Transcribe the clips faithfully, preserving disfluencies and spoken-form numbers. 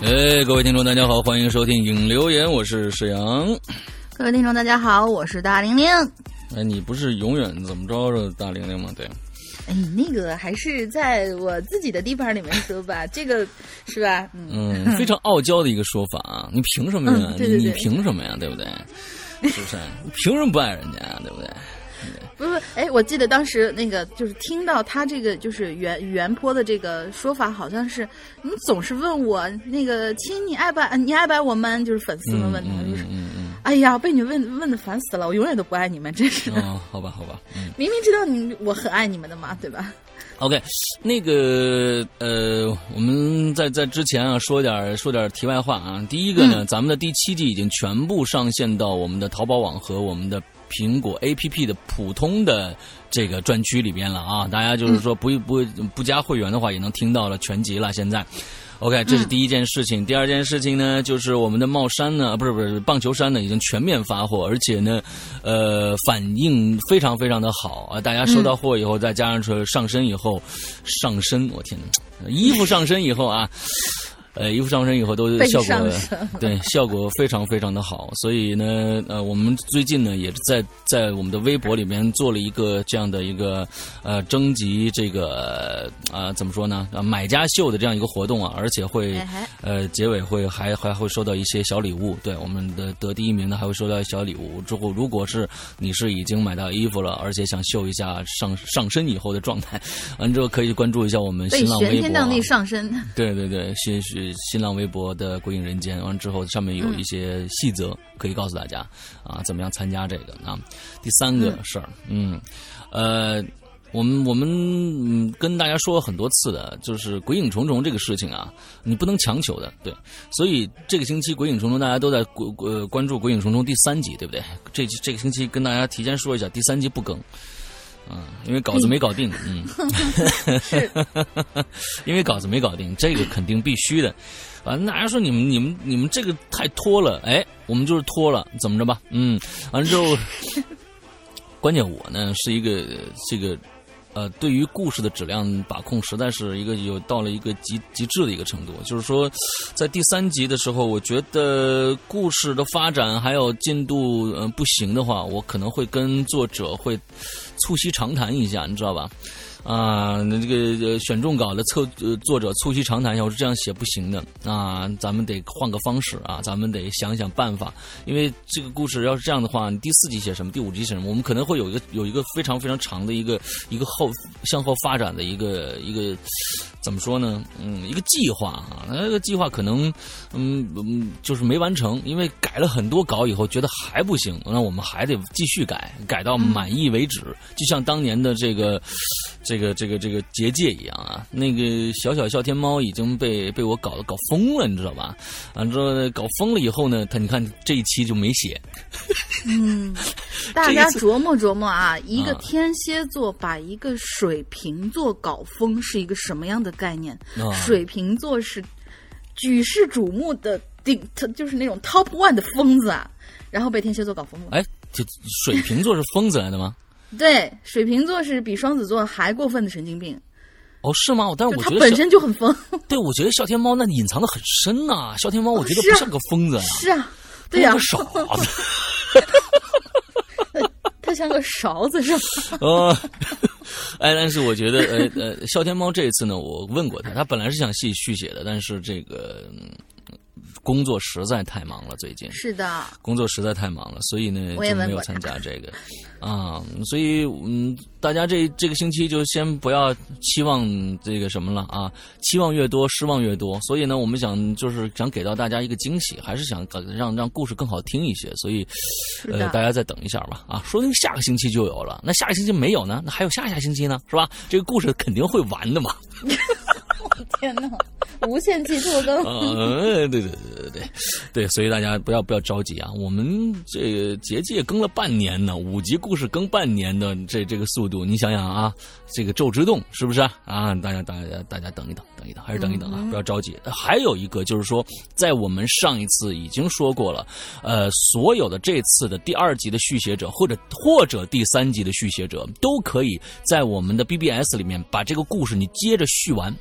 哎，各位听众大家好，欢迎收听影留言，我是沈阳。 各位听众大家好，我是大玲玲。 哎，你不是永远怎么着着大玲玲吗？对。 哎，那个还是在我自己的地方里面说吧，这个是吧？ 嗯，嗯非常傲娇的一个说法啊！你凭什么呀？ 嗯、对对对你你凭什么呀？对不对？是不是？你凭什么不爱人家呀？对不对？ 不是，哎，我记得当时那个就是听到他这个就是原原坡的这个说法，好像是你总是问我那个亲，你爱不爱？你爱不爱我们？就是粉丝们问他， 嗯、 就是。 嗯嗯嗯哎呀，被你问问的烦死了！我永远都不爱你们，真是的。 哦，好吧，好吧，嗯， 明明知道你我很爱你们的嘛，对吧 ？OK， 那个呃，我们在在之前啊说点说点题外话啊。第一个呢，嗯、咱们的第七季已经全部上线到我们的淘宝网和我们的苹果 A P P 的普通的这个专区里边了啊。大家就是说不不不加会员的话，也能听到了全集了。现在。OK， 这是第一件事情。嗯、第二件事情呢，就是我们的帽衫呢，不是不是棒球衫呢，已经全面发货，而且呢，呃，反应非常非常的好啊！大家收到货以后，嗯、再加上说上身以后，上身，我天哪，衣服上身以后啊。呃，衣服上身以后都效果对效果非常非常的好，所以呢，呃，我们最近呢也在在我们的微博里面做了一个这样的一个呃征集这个啊、呃、怎么说呢啊买家秀的这样一个活动啊，而且会呃结尾会还还会收到一些小礼物，对我们的得第一名的还会收到小礼物。之后如果是你是已经买到衣服了，而且想秀一下上上身以后的状态，完之后可以关注一下我们新浪微博、啊， 玄天荡地上身， 对对对，谢谢。新浪微博的鬼影人间，完之后上面有一些细则可以告诉大家啊，怎么样参加这个啊？第三个事儿，嗯，呃，我们我们嗯跟大家说了很多次的，就是鬼影重重这个事情啊，你不能强求的，对，所以这个星期鬼影重重大家都在呃关注鬼影重重第三集，对不对？这这个星期跟大家提前说一下，第三集不更。嗯，因为稿子没搞定，嗯， 是， 因为稿子没搞定，这个肯定必须的。啊，大家说你们、你们、你们这个太拖了，哎，我们就是拖了，怎么着吧？嗯，完了之后，关键我呢是一个这个。呃，对于故事的质量把控，实在是一个有到了一个极极致的一个程度。就是说，在第三集的时候，我觉得故事的发展还有进度，呃，不行的话，我可能会跟作者会促膝长谈一下，你知道吧？啊，那这个选中稿的策呃作者促膝长谈一下，我是这样写不行的啊，咱们得换个方式啊，咱们得想想办法，因为这个故事要是这样的话，你第四集写什么，第五集写什么，我们可能会有一个有一个非常非常长的一个一个后向后发展的一个一个怎么说呢？嗯，一个计划啊，那个计划可能嗯嗯就是没完成，因为改了很多稿以后觉得还不行，那我们还得继续改，改到满意为止，就像当年的这个。这个这个这个结界一样啊，那个小小笑天猫已经被被我搞搞疯了，你知道吧？完之后搞疯了以后呢，他你看这一期就没写。 嗯，大家琢磨琢磨啊，一个天蝎座把一个水瓶座搞疯是一个什么样的概念？啊、水瓶座是举世瞩目的顶，就是那种 top one 的疯子啊，然后被天蝎座搞疯了。 哎，这水瓶座是疯子来的吗？ 对，水瓶座是比双子座还过分的神经病。 哦，是吗？但是我觉得他本身就很疯。 对，我觉得笑天猫那隐藏的很深呐、啊。笑天猫我觉得不像个疯子呀、 啊。是啊，对呀、啊， 他像个傻子。 他像个勺子是吧？ 哦，哎，但是我觉得，呃呃，笑天猫这一次呢，我问过他，他本来是想续续写的，但是这个。嗯工作实在太忙了，最近是的， 工作实在太忙了，所以呢就没有参加这个啊。所以嗯，大家这这个星期就先不要期望这个什么了啊，期望越多失望越多。所以呢，我们想就是想给到大家一个惊喜，还是想让让故事更好听一些。所以呃，大家再等一下吧啊，说不定下个星期就有了。那下个星期没有呢？那还有下下星期呢，是吧？这个故事肯定会完的嘛。 天哪！无限期拖更。 呃，对对对对对对，所以大家不要不要着急啊！我们这个结界更了半年呢，五集故事更半年的这这个速度，你想想啊，这个咒之洞是不是啊？啊，大家大家大家等一等，等一等，还是等一等啊！嗯、不要着急。还有一个就是说，在我们上一次已经说过了，呃，所有的这次的第二集的续写者，或者或者第三集的续写者，都可以在我们的 B B S 里面把这个故事你接着续完。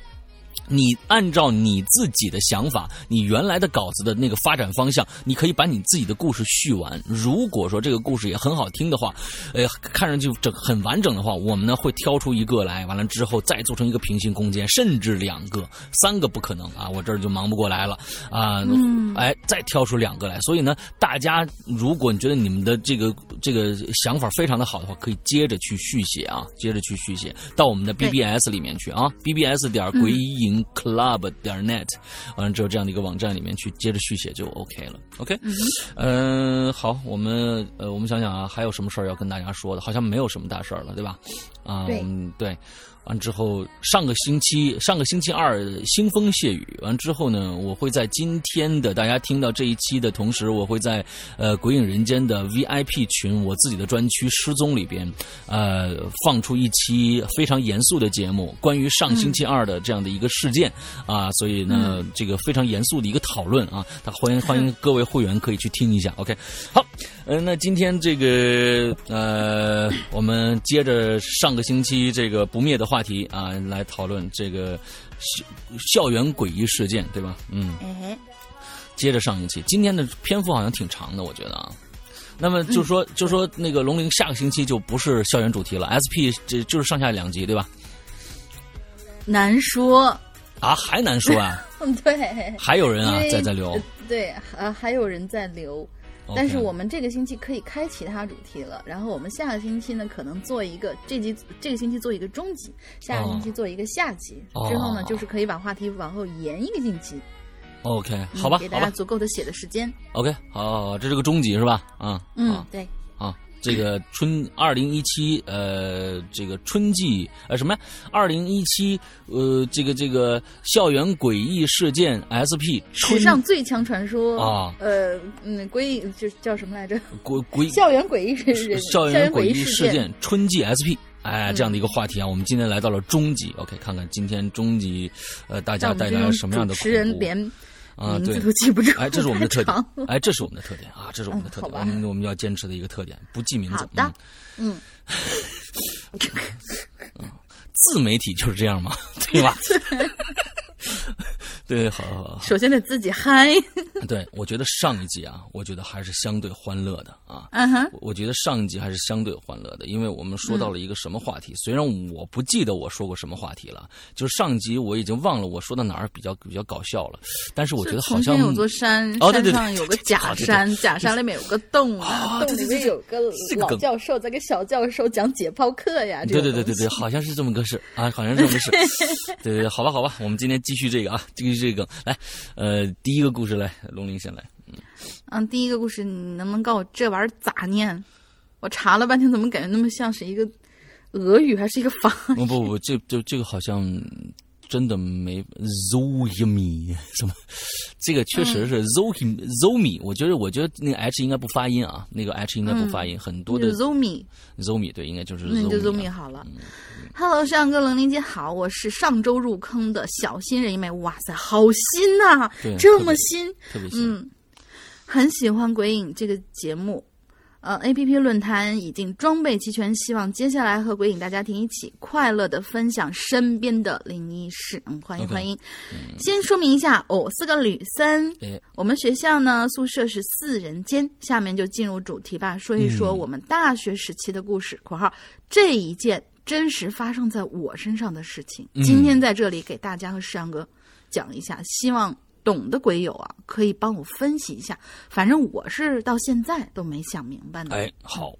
你按照你自己的想法，你原来的稿子的那个发展方向，你可以把你自己的故事续完。如果说这个故事也很好听的话，呃，看上去整很完整的话，我们呢会挑出一个来，完了之后再做成一个平行空间，甚至两个、三个不可能啊，我这儿就忙不过来了啊。嗯，哎，再挑出两个来。所以呢，大家如果你觉得你们的这个这个想法非常的好的话，可以接着去续写啊，接着去续写到我们的 B B S 里面去啊 ，B B S 点鬼影 club 点 net， 完了之后这样的一个网站里面去接着续写就 OK 了。OK， 嗯、呃，好，我们呃我们想想啊，还有什么事儿要跟大家说的？好像没有什么大事儿了，对吧？啊， 对， 嗯，对。完之后，上个星期上个星期二腥风血雨。完之后呢，我会在今天的大家听到这一期的同时，我会在呃鬼影人间的 V I P 群，我自己的专区失踪里边，呃放出一期非常严肃的节目，关于上星期二的这样的一个事件、嗯、啊，所以呢、嗯，这个非常严肃的一个讨论啊，欢迎欢迎各位会员可以去听一下。OK， 好，呃，那今天这个呃，我们接着上个星期这个不灭的话题啊，来讨论这个校校园诡异事件，对吧？嗯，接着上一期，今天的篇幅好像挺长的，我觉得啊。那么就说、嗯、就说那个龙鳞下个星期就不是校园主题了 ，S P 这就是上下两集，对吧？ 难说啊，还难说啊？ 对， 还有人啊在在留， 对，呃，还有人在留。Okay. 但是我们这个星期可以开其他主题了，然后我们下个星期呢，可能做一个这集这个星期做一个中集，下个星期做一个下集，哦、之后呢，就是可以把话题往后延一个星期。 OK， 好吧， 给大家足够的写的时间。 OK， 好，好，好，这是个中集是吧？啊， 嗯，对， 啊，这个春二零一七呃，这个春季呃什么呀？二零一七呃，这个这个校园诡异事件 S P 史上最强传说啊， 呃嗯，诡异就叫什么来着？ 诡诡校园诡异事校园诡异事件春季 S P。哎，这样的一个话题啊，嗯、我们今天来到了中集 ，OK， 看看今天中集，呃，大家带来了什么样的恐怖？ 主持人连啊， 名字都记不住， 哎，这是我们的特点，哎，这是我们的特点啊，这是我们的特点，嗯、我们我们要坚持的一个特点，不记名字。 好的，嗯， 嗯自媒体就是这样嘛，对吧？对，好好好。 首先得自己嗨。 对，我觉得上一集啊，我觉得还是相对欢乐的啊。 嗯哼。 我觉得上一集还是相对欢乐的，因为我们说到了一个什么话题？嗯、虽然我不记得我说过什么话题了，就是上集我已经忘了我说到哪儿比较比较搞笑了，但是我觉得好像有座山， 哦，对对对， 山上有个假山，对对对假山里面有个洞啊， 哦、 洞里面有个老教授在给小教授讲解剖课呀。 对对对对对，好像是这么个事啊，好像是这么个事。对对，好吧好吧，我们今天继续这个啊，继续这个来，呃，第一个故事来，龙鳞先来。嗯， 嗯，第一个故事，你能不能告诉我这玩意儿咋念？我查了半天，怎么感觉那么像是一个俄语还是一个法语？ 不不不，这这这个好像真的没 Zomi 什么，这个确实是 Zomi、嗯、Zomi， 我觉得我觉得那个 H 应该不发音啊，那个 H 应该不发音，嗯、很多的 Zomi Zomi 对，应该就是 Zomi， 那就 Zomi 好了。嗯、Hello， 上哥龙鳞姐好，我是上周入坑的小新人一枚，哇塞，好新呐、啊，这么新， 特别新， 嗯，很喜欢鬼影这个节目。呃 ，A P P 论坛已经装备齐全，希望接下来和鬼影大家庭一起快乐的分享身边的灵异事。嗯，欢迎 okay, 欢迎。 嗯、 先说明一下，哦，四个女生， 哎、 我们学校呢宿舍是四人间。下面就进入主题吧，说一说我们大学时期的故事。括号、嗯、这一件真实发生在我身上的事情， 嗯、 今天在这里给大家和石阳哥讲一下，希望懂的鬼友啊，可以帮我分析一下。反正我是到现在都没想明白呢。 哎，好。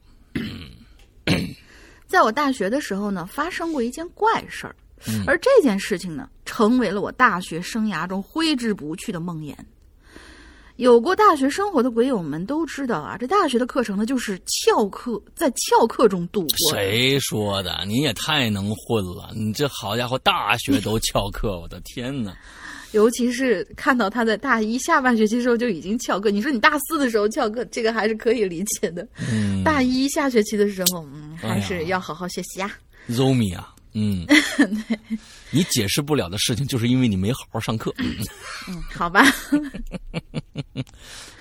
在我大学的时候呢，发生过一件怪事儿、 嗯， 而这件事情呢，成为了我大学生涯中挥之不去的梦魇。有过大学生活的鬼友们都知道啊，这大学的课程呢，就是翘课，在翘课中度过。 谁说的？你也太能混了！你这好家伙，大学都翘课，我的天哪！ 尤其是看到他在大一下半学期的时候就已经翘课，你说你大四的时候翘课，这个还是可以理解的。 嗯， 大一下学期的时候，嗯，还是要好好学习啊。 Zomi 啊，嗯， 对， 你解释不了的事情，就是因为你没好好上课。 嗯，好吧。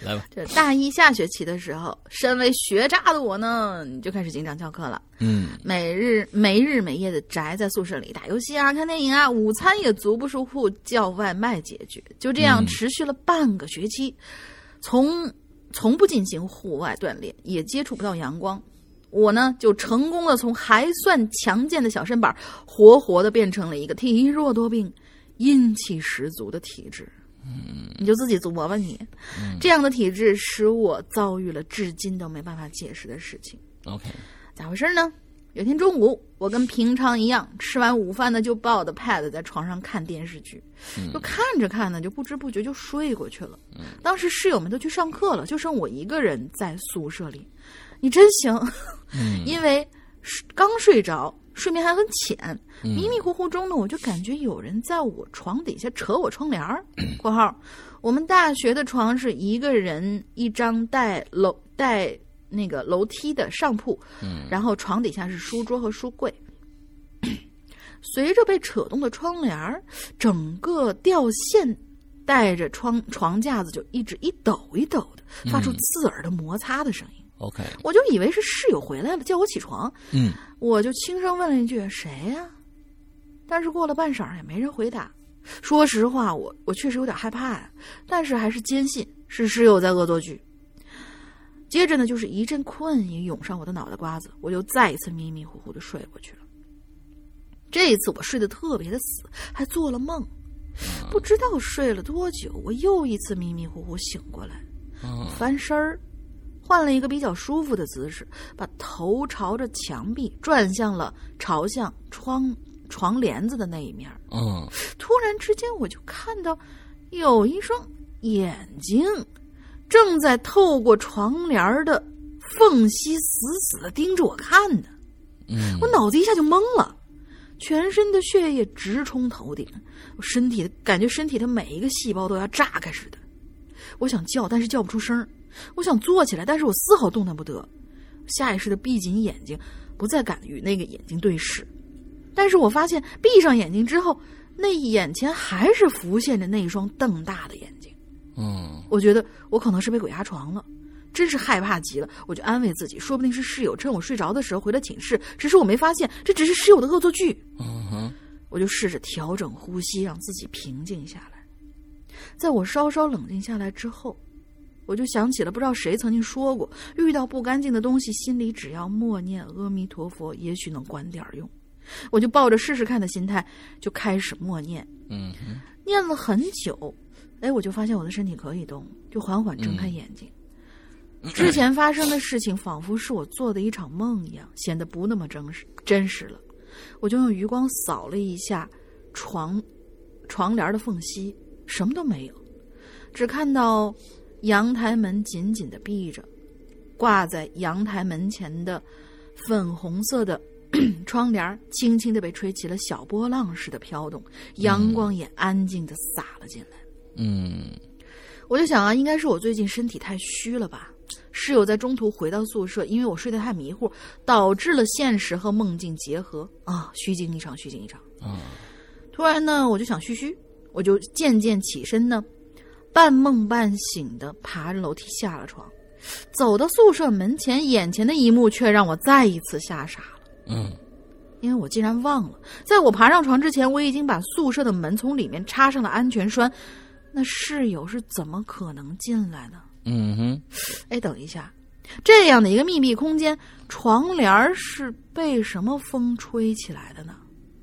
来吧。 这大一下学期的时候，身为学渣的我呢，你就开始经常翘课了。 嗯， 每日没日没夜的宅在宿舍里打游戏啊、看电影啊，午餐也足不出户叫外卖解决。就这样持续了半个学期，从从不进行户外锻炼，也接触不到阳光。我呢，就成功的从还算强健的小身板，活活的变成了一个体弱多病、阴气十足的体质。嗯，你就自己琢磨你、嗯，这样的体质使我遭遇了至今都没办法解释的事情。 OK， 咋回事呢？有天中午，我跟平常一样，吃完午饭呢，就抱着 pad 在床上看电视剧，就看着看着，就不知不觉就睡过去了。嗯、当时室友们都去上课了，就剩我一个人在宿舍里。你真行， 嗯、 因为刚睡着，睡眠还很浅，迷迷糊糊中呢，我就感觉有人在我床底下扯我窗帘儿。（括号）我们大学的床是一个人一张带楼带那个楼梯的上铺， 嗯， 然后床底下是书桌和书柜。随着被扯动的窗帘儿，整个吊线带着窗床架子就一直一抖一抖的，发出刺耳的摩擦的声音。 OK， 我就以为是室友回来了，叫我起床。 嗯， 我就轻声问了一句：“谁呀、啊？”但是过了半晌也没人回答。说实话，我我确实有点害怕呀，但是还是坚信是室友在恶作剧。接着呢，就是一阵困意涌上我的脑袋瓜子，我就再一次迷迷糊糊的睡过去了。这一次我睡得特别的死，还做了梦。不知道睡了多久，我又一次迷迷糊糊醒过来，翻身儿。换了一个比较舒服的姿势，把头朝着墙壁，转向了朝向窗床帘子的那一面。 嗯， 突然之间，我就看到有一双眼睛正在透过床帘的缝隙死死的盯着我看呢。 嗯， 我脑子一下就懵了，全身的血液直冲头顶，我身体的感觉身体的每一个细胞都要炸开似的。我想叫，但是叫不出声。我想坐起来，但是我丝毫动弹不得，下意识的闭紧眼睛，不再敢与那个眼睛对视。但是我发现闭上眼睛之后，那眼前还是浮现着那一双瞪大的眼睛。 嗯， 我觉得我可能是被鬼压床了，真是害怕极了。我就安慰自己，说不定是室友趁我睡着的时候回了寝室，只是我没发现，这只是室友的恶作剧。 嗯哼， 我就试着调整呼吸，让自己平静下来。在我稍稍冷静下来之后，我就想起了不知道谁曾经说过，遇到不干净的东西，心里只要默念阿弥陀佛，也许能管点用。我就抱着试试看的心态，就开始默念。 嗯， 念了很久，哎，我就发现我的身体可以动，就缓缓睁开眼睛。嗯、之前发生的事情仿佛是我做的一场梦一样，显得不那么真实真实了。我就用余光扫了一下床床帘的缝隙，什么都没有，只看到阳台门紧紧地闭着，挂在阳台门前的粉红色的窗帘轻轻地被吹起了小波浪似的飘动，阳光也安静地洒了进来。 嗯， 我就想啊，应该是我最近身体太虚了吧。室友在中途回到宿舍，因为我睡得太迷糊，导致了现实和梦境结合啊，虚惊一场，虚惊一场。 啊， 突然呢，我就想嘘嘘，我就渐渐起身呢，半梦半醒的爬着楼梯下了床，走到宿舍门前，眼前的一幕却让我再一次吓傻了。 嗯， 因为我竟然忘了，在我爬上床之前，我已经把宿舍的门从里面插上了安全栓。那室友是怎么可能进来呢？ 嗯哼， 哎，等一下，这样的一个密闭空间，床帘是被什么风吹起来的呢？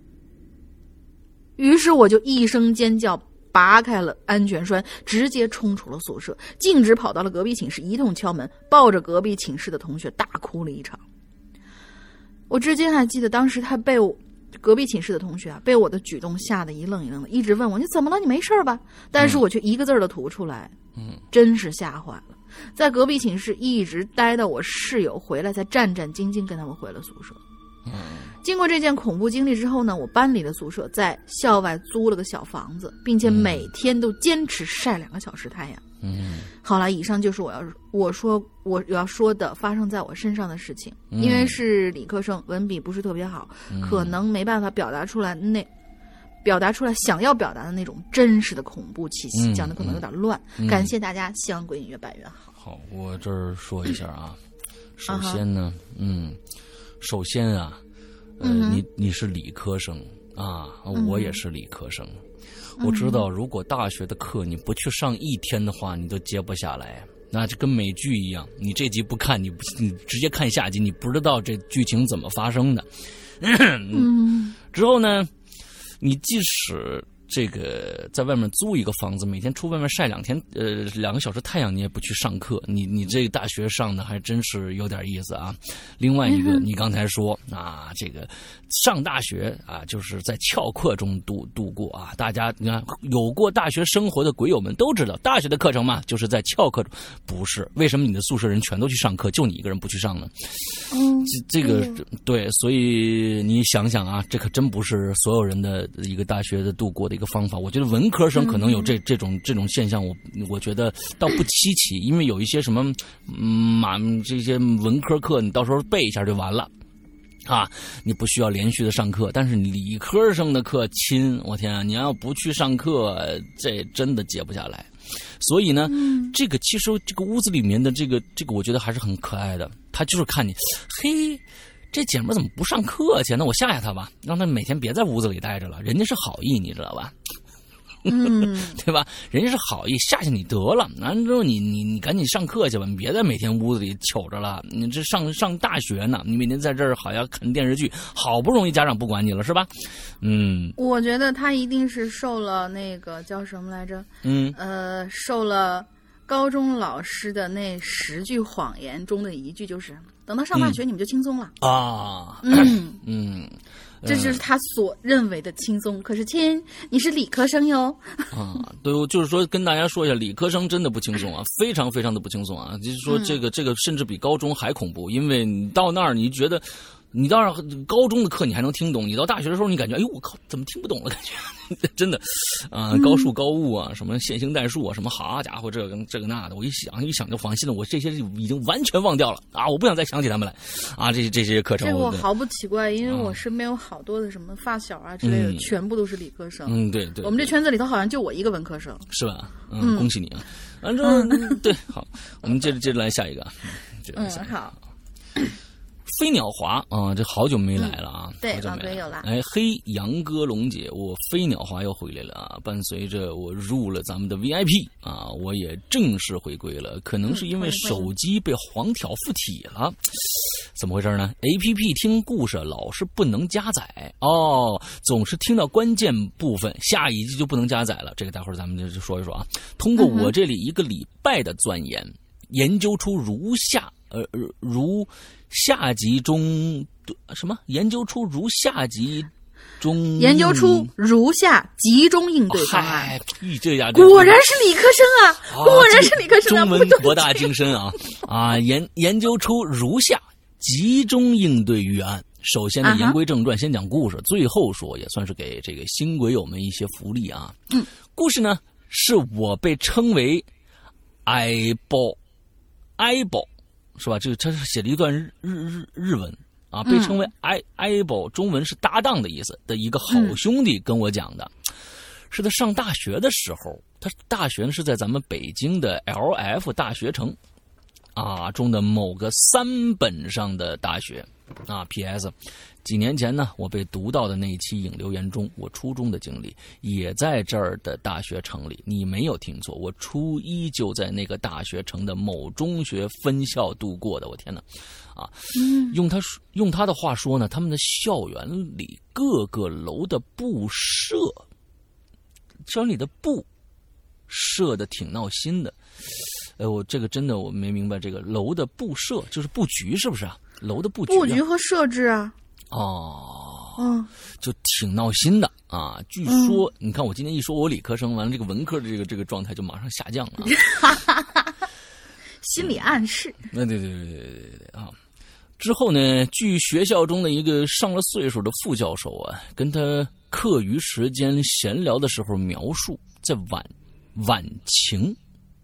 于是我就一声尖叫，拔开了安全栓，直接冲出了宿舍，径直跑到了隔壁寝室，一通敲门，抱着隔壁寝室的同学大哭了一场。我至今还记得当时他被我隔壁寝室的同学啊，被我的举动吓得一愣一愣的，一直问我你怎么了，你没事吧？但是我却一个字儿都吐不出来。嗯，真是吓坏了。在隔壁寝室一直待到我室友回来，才战战兢兢跟他们回了宿舍。 嗯， 经过这件恐怖经历之后呢，我搬离了宿舍，在校外租了个小房子，并且每天都坚持晒两个小时太阳。 嗯， 好了，以上就是我要我说我要说的发生在我身上的事情。嗯、因为是理科生，文笔不是特别好，嗯、可能没办法表达出来那表达出来想要表达的那种真实的恐怖气息， 嗯、 讲的可能有点乱。 嗯、 感谢大家，希望鬼影越办越好。 好，我这儿说一下啊，首先呢，嗯，首先啊，呃， 嗯、 你你是理科生啊，我也是理科生。嗯、我知道，如果大学的课你不去上一天的话，你都接不下来。那就跟美剧一样，你这集不看，你不你直接看下集，你不知道这剧情怎么发生的。 嗯， 之后呢，你即使这个在外面租一个房子，每天出外面晒两天，呃，两个小时太阳，你也不去上课，你你这个大学上的还真是有点意思啊。另外一个，嗯、你刚才说啊，这个上大学啊，就是在翘课中度度过啊。大家你看，有过大学生活的鬼友们都知道，大学的课程嘛，就是在翘课中。不是，为什么你的宿舍人全都去上课，就你一个人不去上呢？ 嗯， 这这个、嗯、对，所以你想想啊，这可真不是所有人的一个大学的度过的一个方法。我觉得文科生可能有这、嗯、这种这种现象，我我觉得倒不稀奇，因为有一些什么嗯马这些文科课，你到时候背一下就完了。啊，你不需要连续的上课，但是理科生的课亲，我天啊，你要不去上课，这真的接不下来。所以呢，嗯、这个其实这个屋子里面的这个这个，我觉得还是很可爱的。他就是看你，嘿，这姐们怎么不上课去？那我吓吓他吧，让他每天别在屋子里待着了。人家是好意，你知道吧？ 嗯， 对吧？人家是好意，吓吓你得了。完了之后你，你你你赶紧上课去吧，你别在每天屋子里糗着了。你这上上大学呢，你每天在这儿好像看电视剧，好不容易家长不管你了，是吧？嗯， 我觉得他一定是受了那个叫什么来着？ 嗯， 呃，受了高中老师的那十句谎言中的一句，就是等到上大学你们就轻松了、 嗯、啊。 嗯嗯。 这就是他所认为的轻松，可是亲，你是理科生哟。 啊，对，就是说跟大家说一下，理科生真的不轻松啊，非常非常的不轻松啊。就是说这个、嗯、这个甚至比高中还恐怖，因为你到那儿你觉得，你到那高中的课你还能听懂，你到大学的时候你感觉，哎呦我靠，怎么听不懂了？感觉真的，啊、呃，高数高物啊，什么线性代数啊，什么好家伙，这个这个那的，我一想一想就放心了，我这些已经完全忘掉了啊，我不想再想起他们来啊，这些这些课程。 这个我毫不奇怪，因为我身边有好多的什么发小啊之类的，嗯、全部都是理科生。 嗯，对 对, 对。 我们这圈子里头好像就我一个文科生， 是吧？嗯，嗯恭喜你啊！反正、嗯、对，好，我们接着接着来下一个。 嗯，好。 飞鸟华啊、呃，这好久没来了啊！ 嗯、对， 好久没来有了。 哎，嘿，杨哥龙姐，我飞鸟华又回来了啊！伴随着我入了咱们的 V I P 啊，我也正式回归了。可能是因为手机被黄条附体了，怎么回事呢 ？A P P 听故事老是不能加载哦，总是听到关键部分，下一集就不能加载了。这个待会儿咱们就说一说啊。通过我这里一个礼拜的钻研，嗯、研究出如下呃如。下集中什么？研究出如下集中研究出如下集中应对方案。 这家果然是理科生啊！啊果然是理科生啊！ 中文博大精深啊！啊，研研究出如下集中应对预案。首先呢，言归正传，先讲故事，最后说也算是给这个新鬼友们一些福利啊。 嗯， 故事呢是我被称为哀包哀包。是吧？这个他是写了一段日日日日文啊，被称为哀哀宝，中文是搭档的意思的一个好兄弟跟我讲的，嗯、是他上大学的时候，他大学是在咱们北京的 L F 大学城啊中的某个三本上的大学啊。P S 几年前呢，我被读到的那一期影留言中，我初中的经历也在这儿的大学城里。你没有听错，我初一就在那个大学城的某中学分校度过的。我天哪，啊， 嗯、 用他用他的话说呢，他们的校园里各个楼的布设，校园里的布设的挺闹心的。哎，我这个真的我没明白，这个楼的布设就是布局是不是啊？楼的布局、啊， 布局和设置啊。 哦， 嗯， 就挺闹心的啊！据说，嗯、你看我今天一说我理科生，完了这个文科的这个这个状态就马上下降了、 啊，心理暗示。 那、嗯、对对对对对对对啊！之后呢，据学校中的一个上了岁数的副教授啊，跟他课余时间闲聊的时候描述，在晚晚晴，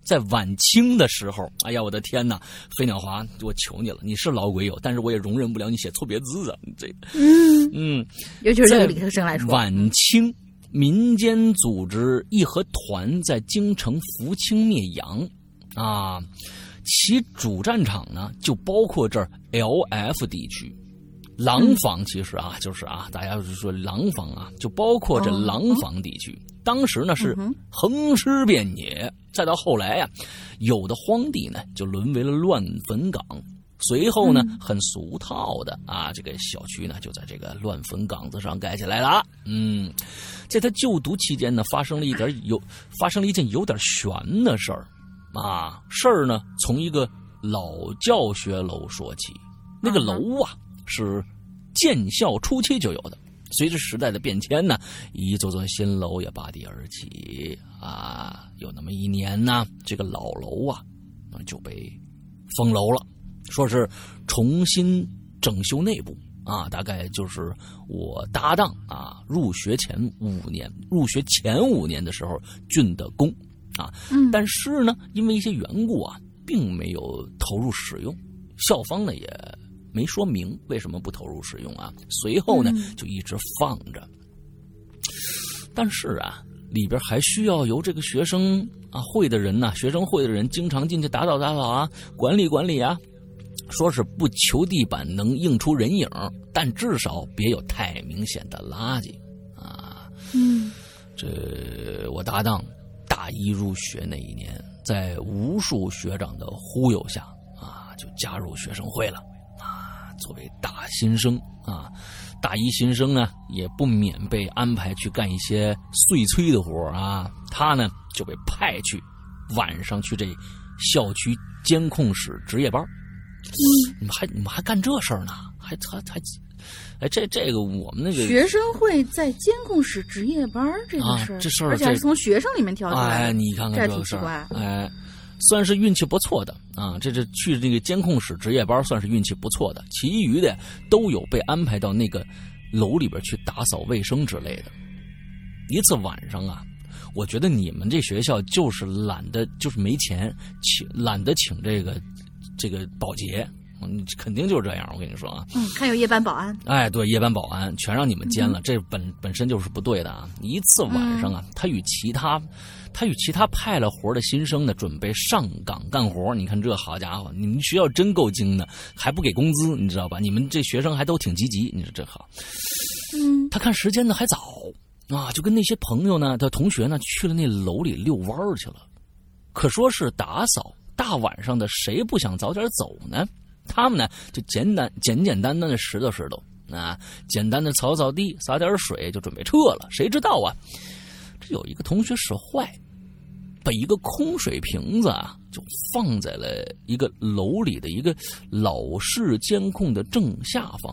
在晚清的时候，哎呀，我的天哪，飞鸟华，我求你了，你是老鬼友，但是我也容忍不了你写错别字啊，这个， 嗯嗯， 尤其是这个李克生来说， 晚清民间组织义和团在京城福清灭洋啊，其主战场呢就包括这儿 L F 地区。廊坊其实啊，就是啊，大家就是说廊坊啊，就包括这廊坊地区。当时呢是横尸遍野，再到后来呀、啊，有的荒地呢就沦为了乱坟岗。随后呢，很俗套的啊，这个小区呢就在这个乱坟岗子上盖起来了。嗯，在他就读期间呢，发生了一点有发生了一件有点悬的事儿啊。事儿呢从一个老教学楼说起，那个楼啊。是建校初期就有的，随着时代的变迁呢，一座座新楼也拔地而起啊。有那么一年呢，这个老楼啊就被封楼了，说是重新整修内部啊。大概就是我搭档啊入学前五年，入学前五年的时候竣的工啊。但是呢，因为一些缘故啊，并没有投入使用，校方呢也没说明为什么不投入使用啊，随后呢就一直放着。但是啊，里边还需要由这个学生啊会的人呐、啊，学生会的人经常进去打扫打扫啊，管理管理啊。说是不求地板能映出人影，但至少别有太明显的垃圾啊。 嗯， 这我搭档大一入学那一年，在无数学长的忽悠下啊，就加入学生会了。作为大新生啊，大一新生呢，也不免被安排去干一些碎催的活啊。他呢就被派去晚上去这校区监控室值夜班。嗯，你们还你们还干这事儿呢？还还还，哎，这这个我们那个学生会在监控室值夜班这个事儿、 啊，这事儿而且还是从学生里面挑出来的。 哎，你看看这个事儿，哎。算是运气不错的啊，这这去这个监控室值夜班算是运气不错的，其余的都有被安排到那个楼里边去打扫卫生之类的。一次晚上啊，我觉得你们这学校就是懒得，就是没钱请，懒得请这个这个保洁，嗯，肯定就是这样。我跟你说啊， 嗯，还有夜班保安， 哎，对，夜班保安全让你们兼了，嗯、这本本身就是不对的啊。一次晚上啊，嗯、他与其他。他与其他派了活的新生呢，准备上岗干活。你看这好家伙，你们学校真够精的，还不给工资，你知道吧？你们这学生还都挺积极，你说这好。 嗯， 他看时间呢还早啊，就跟那些朋友呢的同学呢去了那楼里遛弯去了。可说是打扫，大晚上的谁不想早点走呢？他们呢就简单简简单单的拾掇拾掇啊，简单的扫扫地，洒点水就准备撤了。谁知道啊？这有一个同学使坏，把一个空水瓶子啊，就放在了一个楼里的一个老式监控的正下方。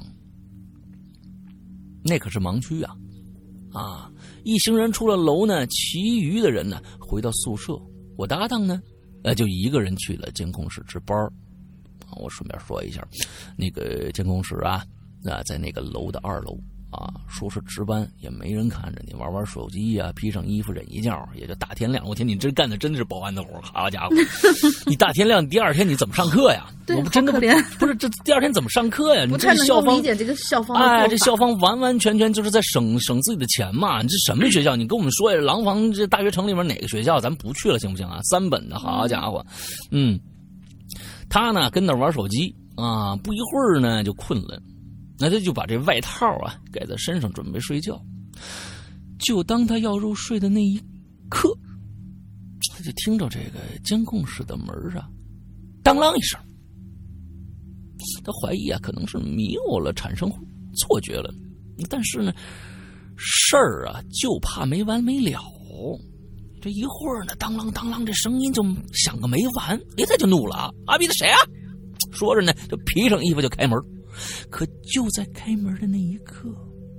那可是盲区啊！啊，一行人出了楼呢，其余的人呢回到宿舍。我搭档呢，呃，就一个人去了监控室值班。我顺便说一下，那个监控室啊，啊，在那个楼的二楼。啊，说是值班也没人看着你，玩玩手机呀、啊，披上衣服忍一觉，也就大天亮。我天，你这干的真的是保安的活，好家伙！你大天亮第二天你怎么上课呀？ 对， 我不真的不不是这第二天怎么上课呀？你这校方理解这个校方哎，这校方完完全全就是在省省自己的钱嘛！你这什么学校？你跟我们说呀，廊坊这大学城里面哪个学校？咱不去了行不行啊？三本的好家伙，嗯，他呢跟那玩手机啊，不一会儿呢就困了。那他就把这外套啊盖在身上准备睡觉，就当他要入睡的那一刻，他就听着这个监控室的门啊当啷一声，他怀疑啊可能是迷糊了，产生错觉了，但是呢事儿啊就怕没完没了，这一会儿呢当啷当啷这声音就响个没完，哎他就怒了啊，阿逼的谁啊？说着呢就披上衣服就开门。可就在开门的那一刻，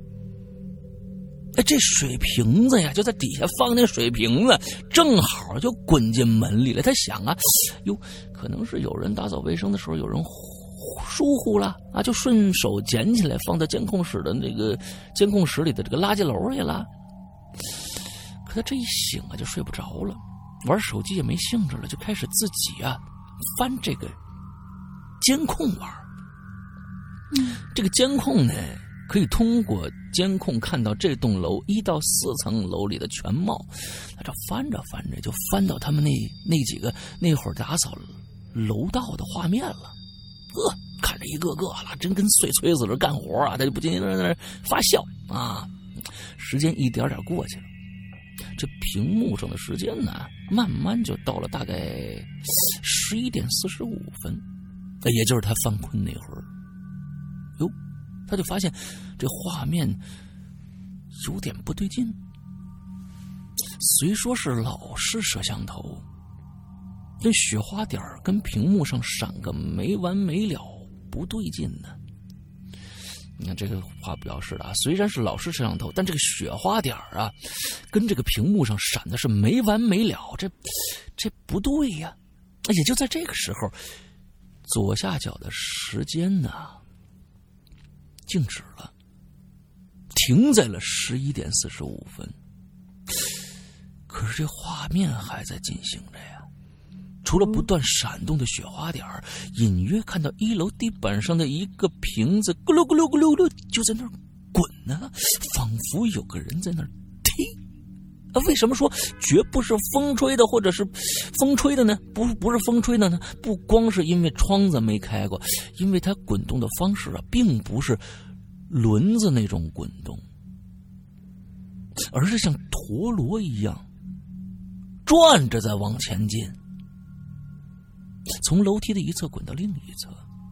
哎，这水瓶子呀，就在底下放那水瓶子，正好就滚进门里了。他想啊，哟，可能是有人打扫卫生的时候有人疏忽了啊，就顺手捡起来放在监控室的那个监控室里的这个垃圾篓里了。可他这一醒啊，就睡不着了玩手机也没兴致了，就开始自己啊翻这个监控玩。 嗯， 这个监控呢，可以通过监控看到这栋楼一到四层楼里的全貌。他这翻着翻着就翻到他们那那几个那会儿打扫楼道的画面了。呵，看着一个个了，真跟碎锤子似的干活啊！他就不禁在那儿发笑啊。时间一点点过去了，这屏幕上的时间呢，慢慢就到了大概十一点四十五分，也就是他犯困那会儿。哟，他就发现这画面有点不对劲。虽说是老式摄像头，这雪花点跟屏幕上闪个没完没了，不对劲呢。你看这个话表示的啊，虽然是老式摄像头，但这个雪花点啊，跟这个屏幕上闪的是没完没了，这这不对呀。也就在这个时候，左下角的时间呢静止了，停在了十一点四十五分。可是这画面还在进行着呀。除了不断闪动的雪花点，隐约看到一楼地板上的一个瓶子咕噜咕噜咕噜咕噜就在那儿滚呢，仿佛有个人在那儿踢。啊，为什么说绝不是风吹的，或者是风吹的呢？不，不是风吹的呢？不光是因为窗子没开过，因为它滚动的方式啊，并不是轮子那种滚动，而是像陀螺一样转着在往前进。从楼梯的一侧滚到另一侧。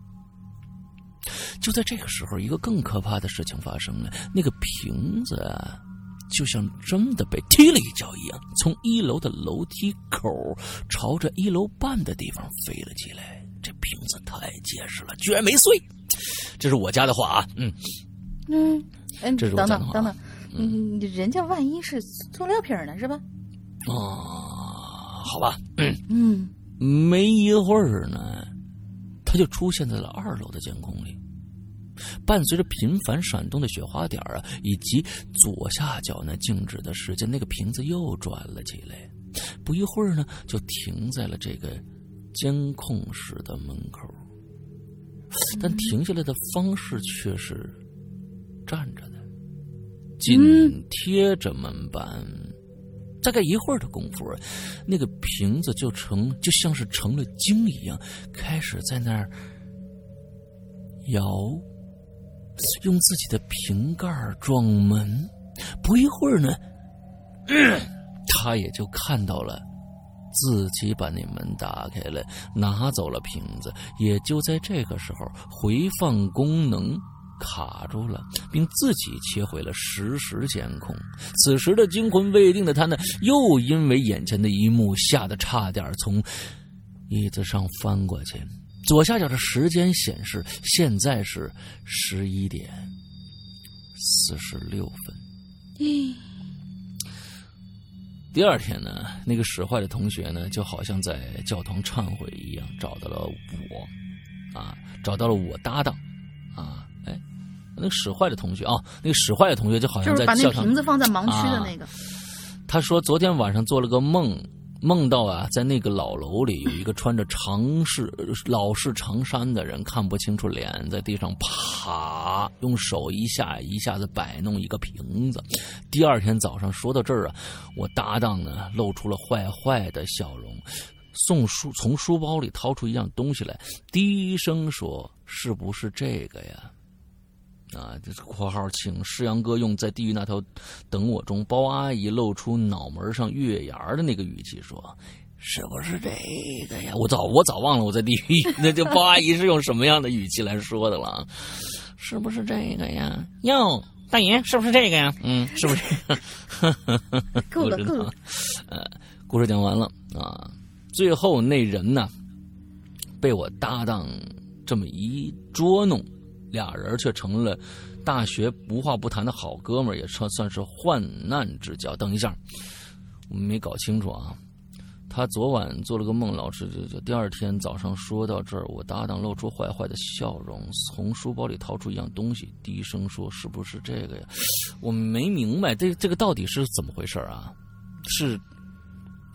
就在这个时候，一个更可怕的事情发生了，那个瓶子啊，就像真的被踢了一脚一样，从一楼的楼梯口朝着一楼半的地方飞了起来。这瓶子太结实了，居然没碎。这是我家的话啊，嗯嗯嗯， 这是我家的话等等等等，嗯，人家万一是塑料瓶呢，是吧？ 哦，好吧， 嗯嗯。 没一会儿呢，他就出现在了二楼的监控里。伴随着频繁闪动的雪花点啊，以及左下角呢静止的时间，那个瓶子又转了起来。不一会儿呢，就停在了这个监控室的门口。但停下来的方式却是站着的，紧贴着门板。大概一会儿的功夫，那个瓶子就成就像是成了精一样，开始在那儿摇，用自己的瓶盖撞门。不一会儿呢，嗯，他也就看到了自己把那门打开了，拿走了瓶子。也就在这个时候，回放功能卡住了，并自己切回了实时监控。此时的惊魂未定的他呢，又因为眼前的一幕吓得差点从椅子上翻过去。左下角的时间显示现在是十一点四十六分。第二天呢，那个使坏的同学呢，就好像在教堂忏悔一样，找到了我，啊，找到了我搭档，啊，哎，那个使坏的同学啊，那个使坏的同学就好像在教堂， 就是把那瓶子放在盲区的那个。 啊、他说昨天晚上做了个梦，梦到啊，在那个老楼里有一个穿着长式老式长衫的人，看不清楚脸，在地上爬，用手一下一下子摆弄一个瓶子。第二天早上说到这儿啊，我搭档呢露出了坏坏的笑容，送书从书包里掏出一样东西来，低声说：“是不是这个呀？”啊，这是括号，请世阳哥用在地狱那头等我中，包阿姨露出脑门上月牙的那个语气说：“是不是这个呀？”我早我早忘了我在地狱，那这包阿姨是用什么样的语气来说的了？是不是这个呀？哟，大爷，是不是这个呀？嗯，是不是？ 够了，够了。 呃，故事讲完了啊，最后那人呢，被我搭档这么一捉弄。俩人却成了大学无话不谈的好哥们儿，也算算是患难之交。等一下，我们没搞清楚啊。他昨晚做了个梦，老师就第二天早上说到这儿，我搭档露出坏坏的笑容，从书包里掏出一样东西，低声说：“是不是这个呀？”我没明白这这个到底是怎么回事啊？是是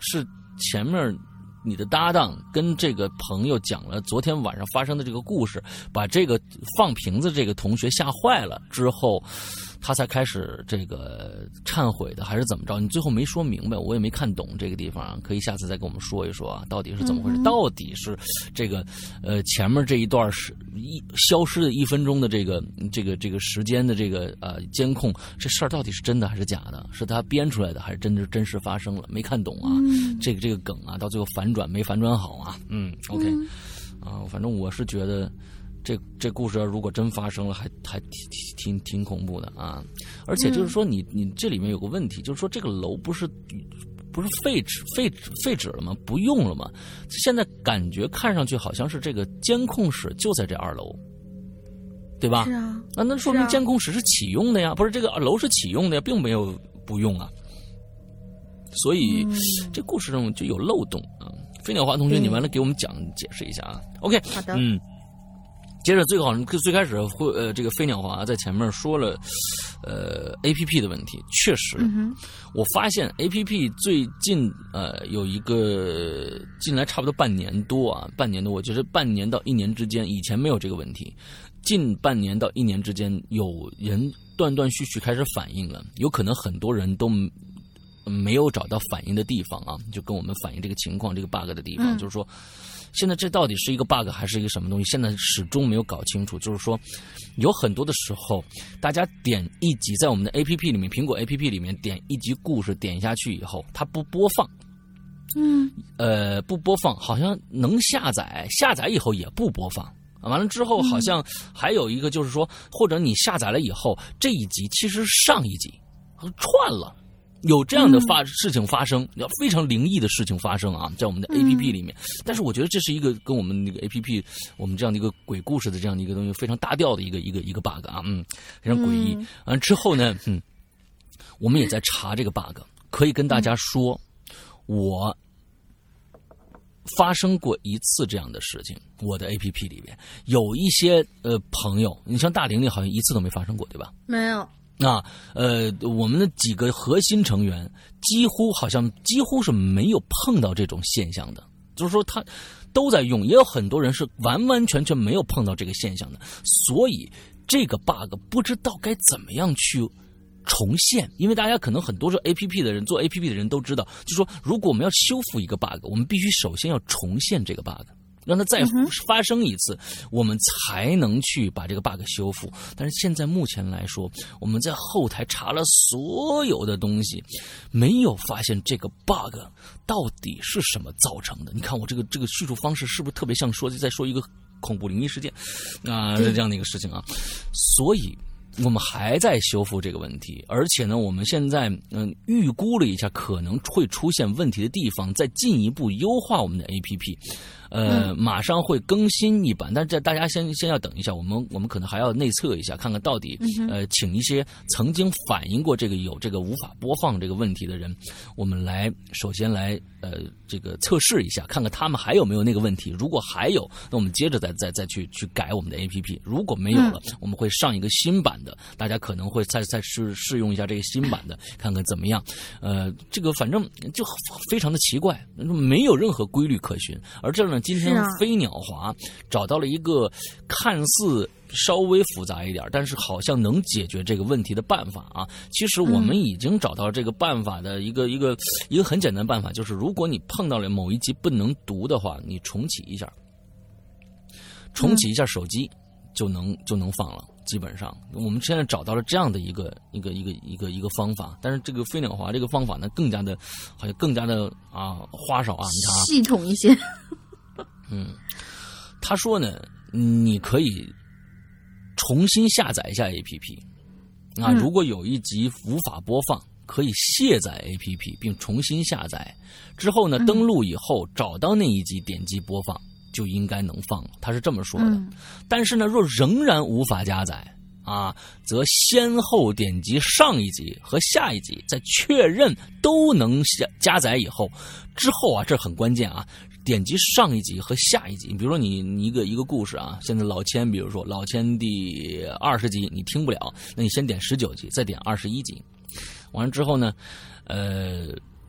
前面你的搭档跟这个朋友讲了昨天晚上发生的这个故事，把这个放瓶子这个同学吓坏了之后，他才开始这个忏悔的，还是怎么着？你最后没说明白，我也没看懂这个地方，可以下次再跟我们说一说啊，到底是怎么回事？嗯、到底是这个呃前面这一段是一消失的一分钟的这个这个这个时间的这个呃监控，这事儿到底是真的还是假的？是他编出来的还是真的真实发生了？没看懂啊，嗯、这个这个梗啊，到最后反转没反转好啊？嗯 ，OK， 嗯、啊，反正我是觉得。这这故事如果真发生了，还还挺挺挺恐怖的啊！而且就是说你，你你这里面有个问题，就是说这个楼不是不是废止废止废止了吗？不用了吗？现在感觉看上去好像是这个监控室就在这二楼，对吧？ 是啊， 啊，那说明监控室是启用的呀，不是这个楼是启用的呀，并没有不用啊。所以、嗯、这故事中就有漏洞啊！飞鸟华同学，你完了给我们讲解释一下啊 ？OK， 好的， 嗯。接着最好最开始会呃这个飞鸟华在前面说了呃 A P P 的问题，确实、嗯、我发现 A P P 最近呃有一个进来差不多半年多啊，半年多，我觉得半年到一年之间，以前没有这个问题，近半年到一年之间有人断断续续开始反映了，有可能很多人都没有找到反映的地方啊，就跟我们反映这个情况这个 bug 的地方、嗯、就是说现在这到底是一个 bug 还是一个什么东西？现在始终没有搞清楚。就是说，有很多的时候，大家点一集在我们的 A P P 里面，苹果 A P P 里面点一集故事，点下去以后，它不播放， 嗯， 呃，不播放，好像能下载，下载以后也不播放。完了之后，好像还有一个就是说，或者你下载了以后，这一集其实是上一集串了。有这样的发、嗯、事情发生，非常灵异的事情发生啊，在我们的 A P P 里面、嗯。但是我觉得这是一个跟我们那个 A P P 我们这样的一个鬼故事的这样的一个东西非常搭调的一个一个一个 bug 啊，嗯，非常诡异。完、嗯、之后呢，嗯，我们也在查这个 bug， 可以跟大家说，嗯、我发生过一次这样的事情，我的 A P P 里面有一些呃朋友，你像大玲玲好像一次都没发生过，对吧？ 没有。 啊，呃，我们的几个核心成员几乎好像几乎是没有碰到这种现象的，就是说他都在用，也有很多人是完完全全没有碰到这个现象的，所以这个 bug 不知道该怎么样去重现，因为大家可能很多是 A P P 的人，做 A P P 的人都知道，就是说如果我们要修复一个 bug， 我们必须首先要重现这个 bug。让它再发生一次、嗯、我们才能去把这个 bug 修复。但是现在目前来说，我们在后台查了所有的东西，没有发现这个 bug 到底是什么造成的。你看我这个这个叙述方式是不是特别像说在说一个恐怖灵异事件啊、呃、是这样的一个事情啊？所以我们还在修复这个问题，而且呢，我们现在嗯、呃、预估了一下可能会出现问题的地方，再进一步优化我们的 A P P。呃，马上会更新一版，但是这大家先先要等一下，我们我们可能还要内测一下，看看到底，呃，请一些曾经反映过这个有这个无法播放这个问题的人，我们来首先来呃这个测试一下，看看他们还有没有那个问题。如果还有，那我们接着再再再去去改我们的 A P P。如果没有了，我们会上一个新版的，大家可能会再再试试用一下这个新版的，看看怎么样。呃，这个反正就非常的奇怪，没有任何规律可循，而这呢。今天飞鸟华找到了一个看似稍微复杂一点，但是好像能解决这个问题的办法啊。其实我们已经找到这个办法的一个、嗯、一个一个很简单的办法，就是如果你碰到了某一集不能读的话，你重启一下，重启一下手机就能就能放了。基本上，我们现在找到了这样的一个一个一个一个一个方法，但是这个飞鸟华这个方法呢，更加的好像更加的啊花哨啊，你看啊， 系统一些。 嗯，他说呢，你可以重新下载一下 A P P 啊，如果有一集无法播放，可以卸载 A P P 并重新下载，之后呢，登录以后找到那一集，点击播放就应该能放了。他是这么说的。嗯、但是呢，若仍然无法加载啊，则先后点击上一集和下一集，在确认都能下加载以后，之后啊，这很关键啊。点击上一集和下一集，比如说你你一个一个故事啊，现在老千，比如说老千第二十集你听不了，那你先点十九集，再点二十一集，完了之后呢，呃，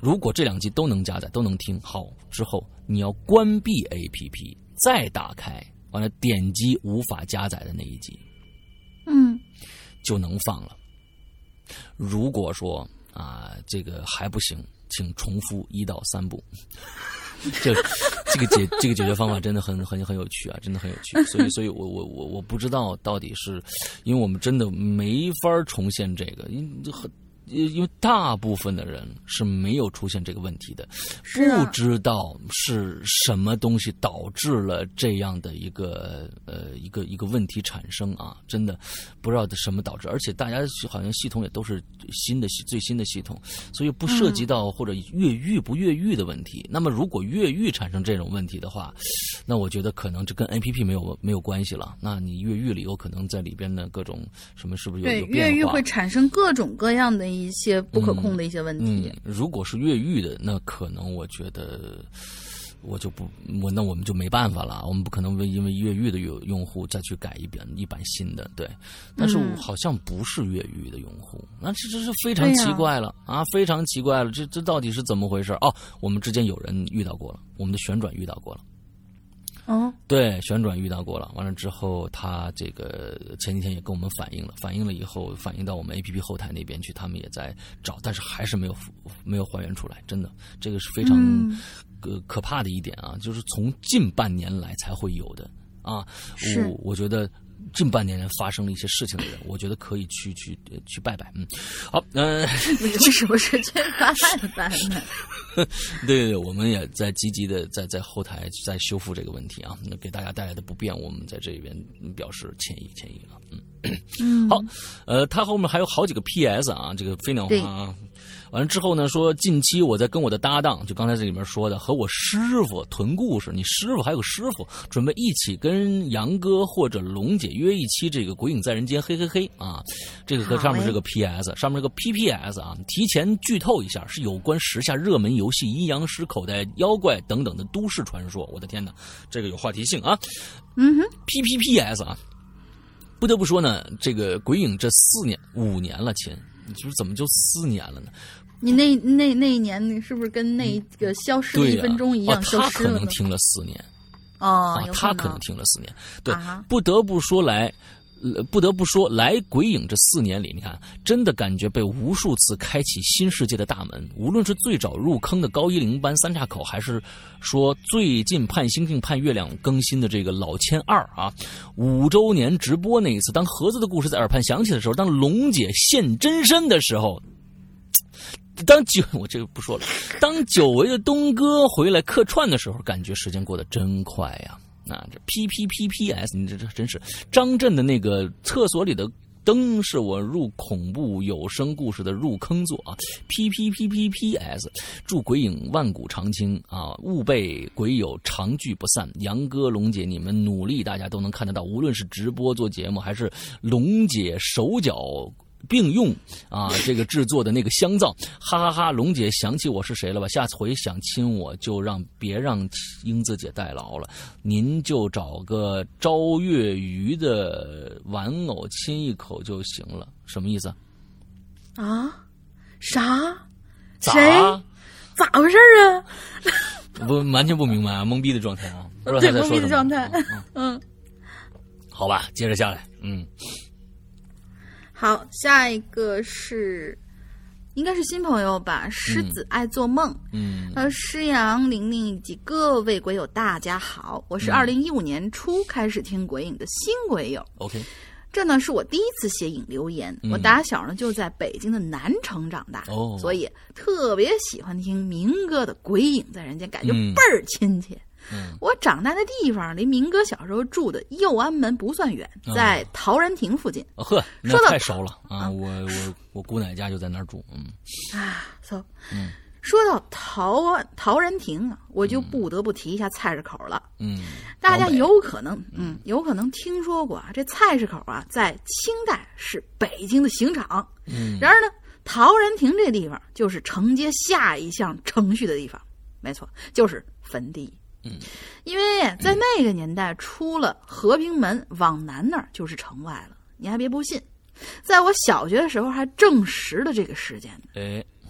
如果这两集都能加载都能听好之后，你要关闭 A P P 再打开，完了点击无法加载的那一集， 嗯， 就能放了。如果说啊这个还不行，请重复一到三步。这这个解这个解决方法真的很很很有趣啊，真的很有趣。所以所以我我我我不知道到底是，因为我们真的没法重现这个，因很。因为大部分的人是没有出现这个问题的， 啊、 不知道是什么东西导致了这样的一个呃一个一个问题产生啊！真的不知道什么导致，而且大家好像系统也都是新的最新的系统，所以不涉及到或者越狱不越狱的问题。嗯、那么如果越狱产生这种问题的话，那我觉得可能这跟 A P P 没有没有关系了。那你越狱里有可能在里边的各种什么是不是有对有变化？ 越狱会产生各种各样的一些不可控的一些问题。 嗯嗯、如果是越狱的，那可能我觉得我就不我那我们就没办法了，我们不可能为因为越狱的用用户再去改一版一版新的，对。但是好像不是越狱的用户，嗯、那这这是非常奇怪了 啊, 啊，非常奇怪了，这这到底是怎么回事？哦，我们之间有人遇到过了，我们的旋转遇到过了。 哦， 对，旋转遇到过了，完了之后，他这个前几天也跟我们反映了，反映了以后反映到我们 A P P 后台那边去，他们也在找，但是还是没有没有还原出来，真的，这个是非常、嗯、呃可怕的一点啊，就是从近半年来才会有的啊，我我觉得。近半年发生了一些事情的人，我觉得可以去去去拜拜。嗯，好，嗯、呃， 你为什么是去拜拜呢？ 对对对，我们也在积极的在在后台在修复这个问题啊，给大家带来的不便，我们在这边表示歉意歉意啊。嗯， 嗯好，呃，他后面还有好几个 P S 啊，这个飞鸟花。完了之后呢，说近期我在跟我的搭档，就刚才这里面说的，和我师傅屯故事，你师傅还有个师傅，准备一起跟杨哥或者龙姐约一期这个《鬼影在人间》，嘿嘿嘿啊！这个上面是个 P S， 上面是个 P P S 啊，提前剧透一下，是有关时下热门游戏《阴阳师》、口袋妖怪等等的都市传说。我的天哪，这个有话题性啊！ 嗯哼 ，P P P S 啊，不得不说呢，这个《鬼影》这四年五年了，亲，你说怎么就四年了呢？ 你那那那一年，你是不是跟那个消失的一分钟一样消失了、 啊哦？他可能听了四年， 哦， 啊、他可能听了四年。对， 啊、 不得不说来，呃，不得不说来鬼影这四年里，你看，真的感觉被无数次开启新世界的大门。无论是最早入坑的高一零班三岔口，还是说最近盼星星盼月亮更新的这个老千二啊，五周年直播那一次，当盒子的故事在耳畔响起的时候，当龙姐现真身的时候。当久我这个不说了。当久违的东哥回来客串的时候，感觉时间过得真快呀！啊，这 P P P P S， 你这这真是张震的那个厕所里的灯，是我入恐怖有声故事的入坑作啊 ！P P P P P S， 祝鬼影万古长青啊！勿被鬼友长聚不散。杨哥、龙姐，你们努力，大家都能看得到，无论是直播做节目，还是龙姐手脚。并用啊，这个制作的那个香皂，哈哈哈！龙姐想起我是谁了吧？下次回想亲我就让别让英子姐代劳了，您就找个招月鱼的玩偶亲一口就行了。什么意思啊？啥？ 咋？ 咋回事啊？ 不，完全不明白啊，懵逼的状态啊，不知道对， 他在说什么。 懵逼的状态。 嗯，好吧，接着下来，嗯。 好，下一个是，应该是新朋友吧？狮子爱做梦。 嗯， 呃，诗阳、玲玲以及各位鬼友，大家好，我是二零一五年初开始听鬼影的新鬼友。 OK， 这呢是我第一次写影留言。 嗯、 我打小呢就在北京的南城长大， 哦、 所以特别喜欢听明哥的《鬼影在人间》，感觉倍儿亲切。 嗯， 我长大的地方离明哥小时候住的右安门不算远，在陶然亭附近。 哦、呵，那太熟了啊！ 啊我我我姑奶家就在那儿住。嗯啊，so， 嗯， 说到陶陶然亭啊，我就不得不提一下菜市口了。 嗯， 大家有可能，嗯，有可能听说过啊，这菜市口啊，在清代是北京的刑场。 嗯， 然而呢，陶然亭这地方就是承接下一项程序的地方，没错，就是坟地。 嗯， 因为在那个年代，出了和平门往南那儿就是城外了。你还别不信，在我小学的时候还证实了这个事件呢。 哎，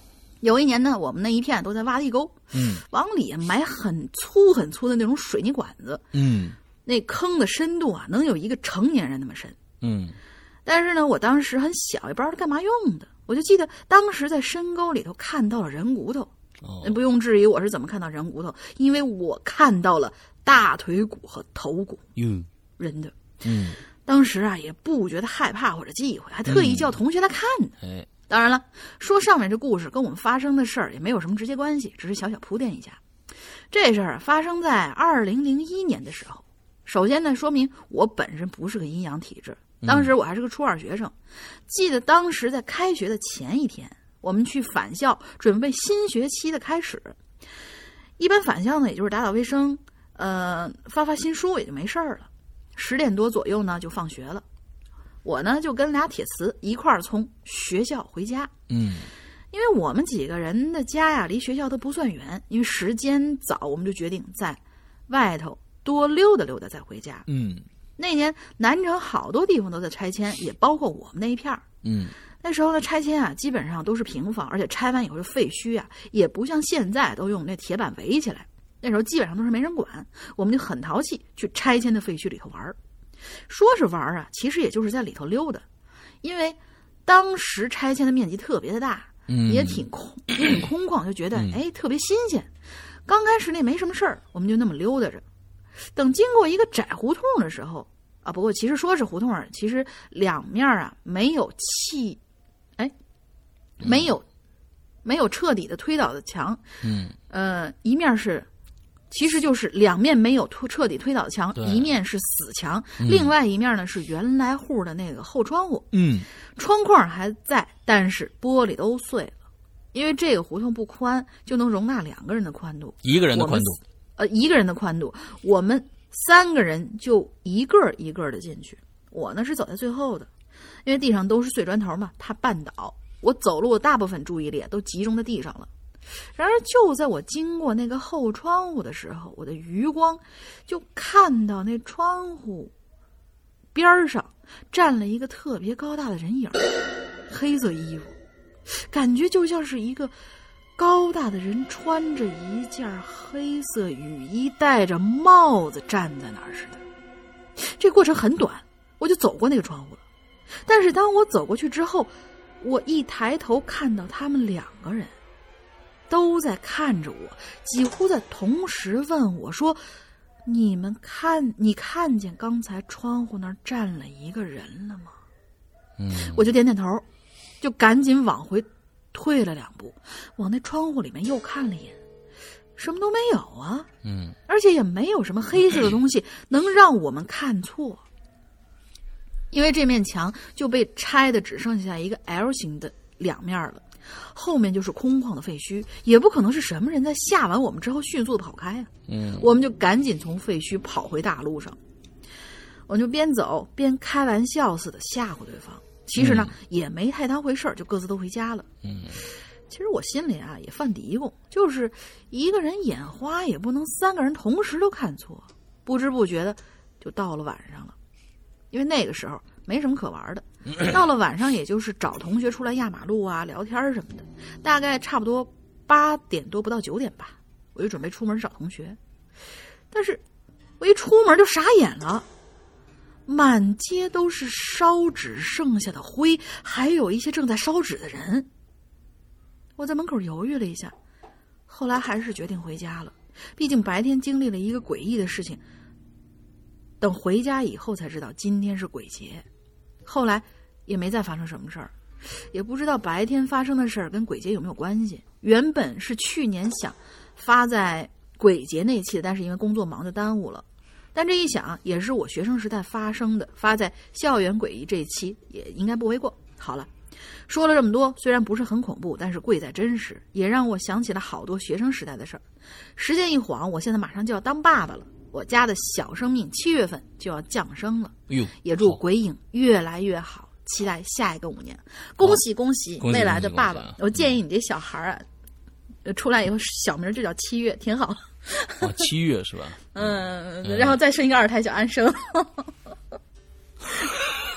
有一年呢，我们那一片都在挖地沟， 嗯， 往里埋很粗很粗的那种水泥管子， 嗯， 那坑的深度啊，能有一个成年人那么深， 嗯。 但是呢，我当时很小，也不知道它干嘛用的。我就记得当时在深沟里头看到了人骨头， 哦， 不用质疑我是怎么看到人骨头，因为我看到了大腿骨和头骨， 嗯， 人的。 嗯， 当时啊，也不觉得害怕或者忌讳，还特意叫同学来看呢。 嗯、哎， 当然了，说上面这故事跟我们发生的事儿也没有什么直接关系，只是小小铺垫一下。这事儿发生在二零零一年的时候。首先呢，说明我本身不是个阴阳体质。当时我还是个初二学生，记得当时在开学的前一天，我们去返校准备新学期的开始。一般返校呢，也就是打扫卫生，呃，发发新书也就没事儿了。十点多左右呢，就放学了。我呢就跟俩铁磁一块儿从学校回家。 嗯， 因为我们几个人的家呀，离学校都不算远，因为时间早，我们就决定在外头多溜达溜达再回家。 嗯。 那年南城好多地方都在拆迁，也包括我们那一片儿。 嗯， 那时候的拆迁啊，基本上都是平房，而且拆完以后是废墟啊，也不像现在都用那铁板围起来。那时候基本上都是没人管，我们就很淘气去拆迁的废墟里头玩。说是玩啊，其实也就是在里头溜达，因为当时拆迁的面积特别的大， 嗯， 也挺空，也挺空旷，就觉得哎特别新鲜。刚开始那没什么事儿，我们就那么溜达着。等经过一个窄胡同的时候啊，不过其实说是胡同，其实两面啊没有砌，哎，没有、嗯、没有彻底的推倒的墙， 嗯， 呃，一面是，其实就是两面没有彻底推倒的墙，一面是死墙、嗯，另外一面呢是原来户的那个后窗户， 嗯， 窗框还在，但是玻璃都碎了，因为这个胡同不宽，就能容纳两个人的宽度， 一个人的宽度。 呃，一个人的宽度，我们三个人就一个一个的进去。我呢是走在最后的，因为地上都是碎砖头嘛，怕绊倒。我走路的大部分注意力都集中在地上了。然而，就在我经过那个后窗户的时候，我的余光就看到那窗户边上站了一个特别高大的人影，黑色衣服，感觉就像是一个高大的人穿着一件黑色雨衣，戴着帽子站在那儿似的。这过程很短，我就走过那个窗户了。但是当我走过去之后，我一抬头看到他们两个人都在看着我，几乎在同时问我说：“你们看，你看见刚才窗户那儿站了一个人了吗？” 嗯， 我就点点头，就赶紧往回退了两步，往那窗户里面又看了一眼，什么都没有啊。 嗯， 而且也没有什么黑色的东西能让我们看错，因为这面墙就被拆的只剩下一个 L 型的两面了，后面就是空旷的废墟，也不可能是什么人在吓完我们之后迅速的跑开啊。 嗯， 我们就赶紧从废墟跑回大路上，我就边走边开玩笑似的吓唬对方。其实呢、嗯、也没太当回事儿，就各自都回家了。 嗯， 其实我心里啊也犯嘀咕，就是一个人眼花也不能三个人同时都看错。不知不觉的就到了晚上了，因为那个时候没什么可玩的。到了晚上，也就是找同学出来压马路啊、聊天什么的。大概差不多八点多不到九点吧，我就准备出门找同学。但是我一出门就傻眼了。满街都是烧纸剩下的灰，还有一些正在烧纸的人。我在门口犹豫了一下，后来还是决定回家了。毕竟白天经历了一个诡异的事情，等回家以后才知道今天是鬼节。后来也没再发生什么事儿，也不知道白天发生的事儿跟鬼节有没有关系。原本是去年想发在鬼节那期的，但是因为工作忙就耽误了。但这一想，也是我学生时代发生的，发在校园诡异这一期也应该不为过。好了，说了这么多，虽然不是很恐怖，但是贵在真实，也让我想起了好多学生时代的事儿。时间一晃，我现在马上就要当爸爸了，我家的小生命七月份就要降生了。 哎呦， 也祝鬼影越来越好，期待下一个五年。恭喜恭喜未来的爸爸！我建议你这小孩啊，嗯、出来以后小名就叫七月，挺好。 哦，七月是吧？ 嗯，然后再生一个二胎叫安生。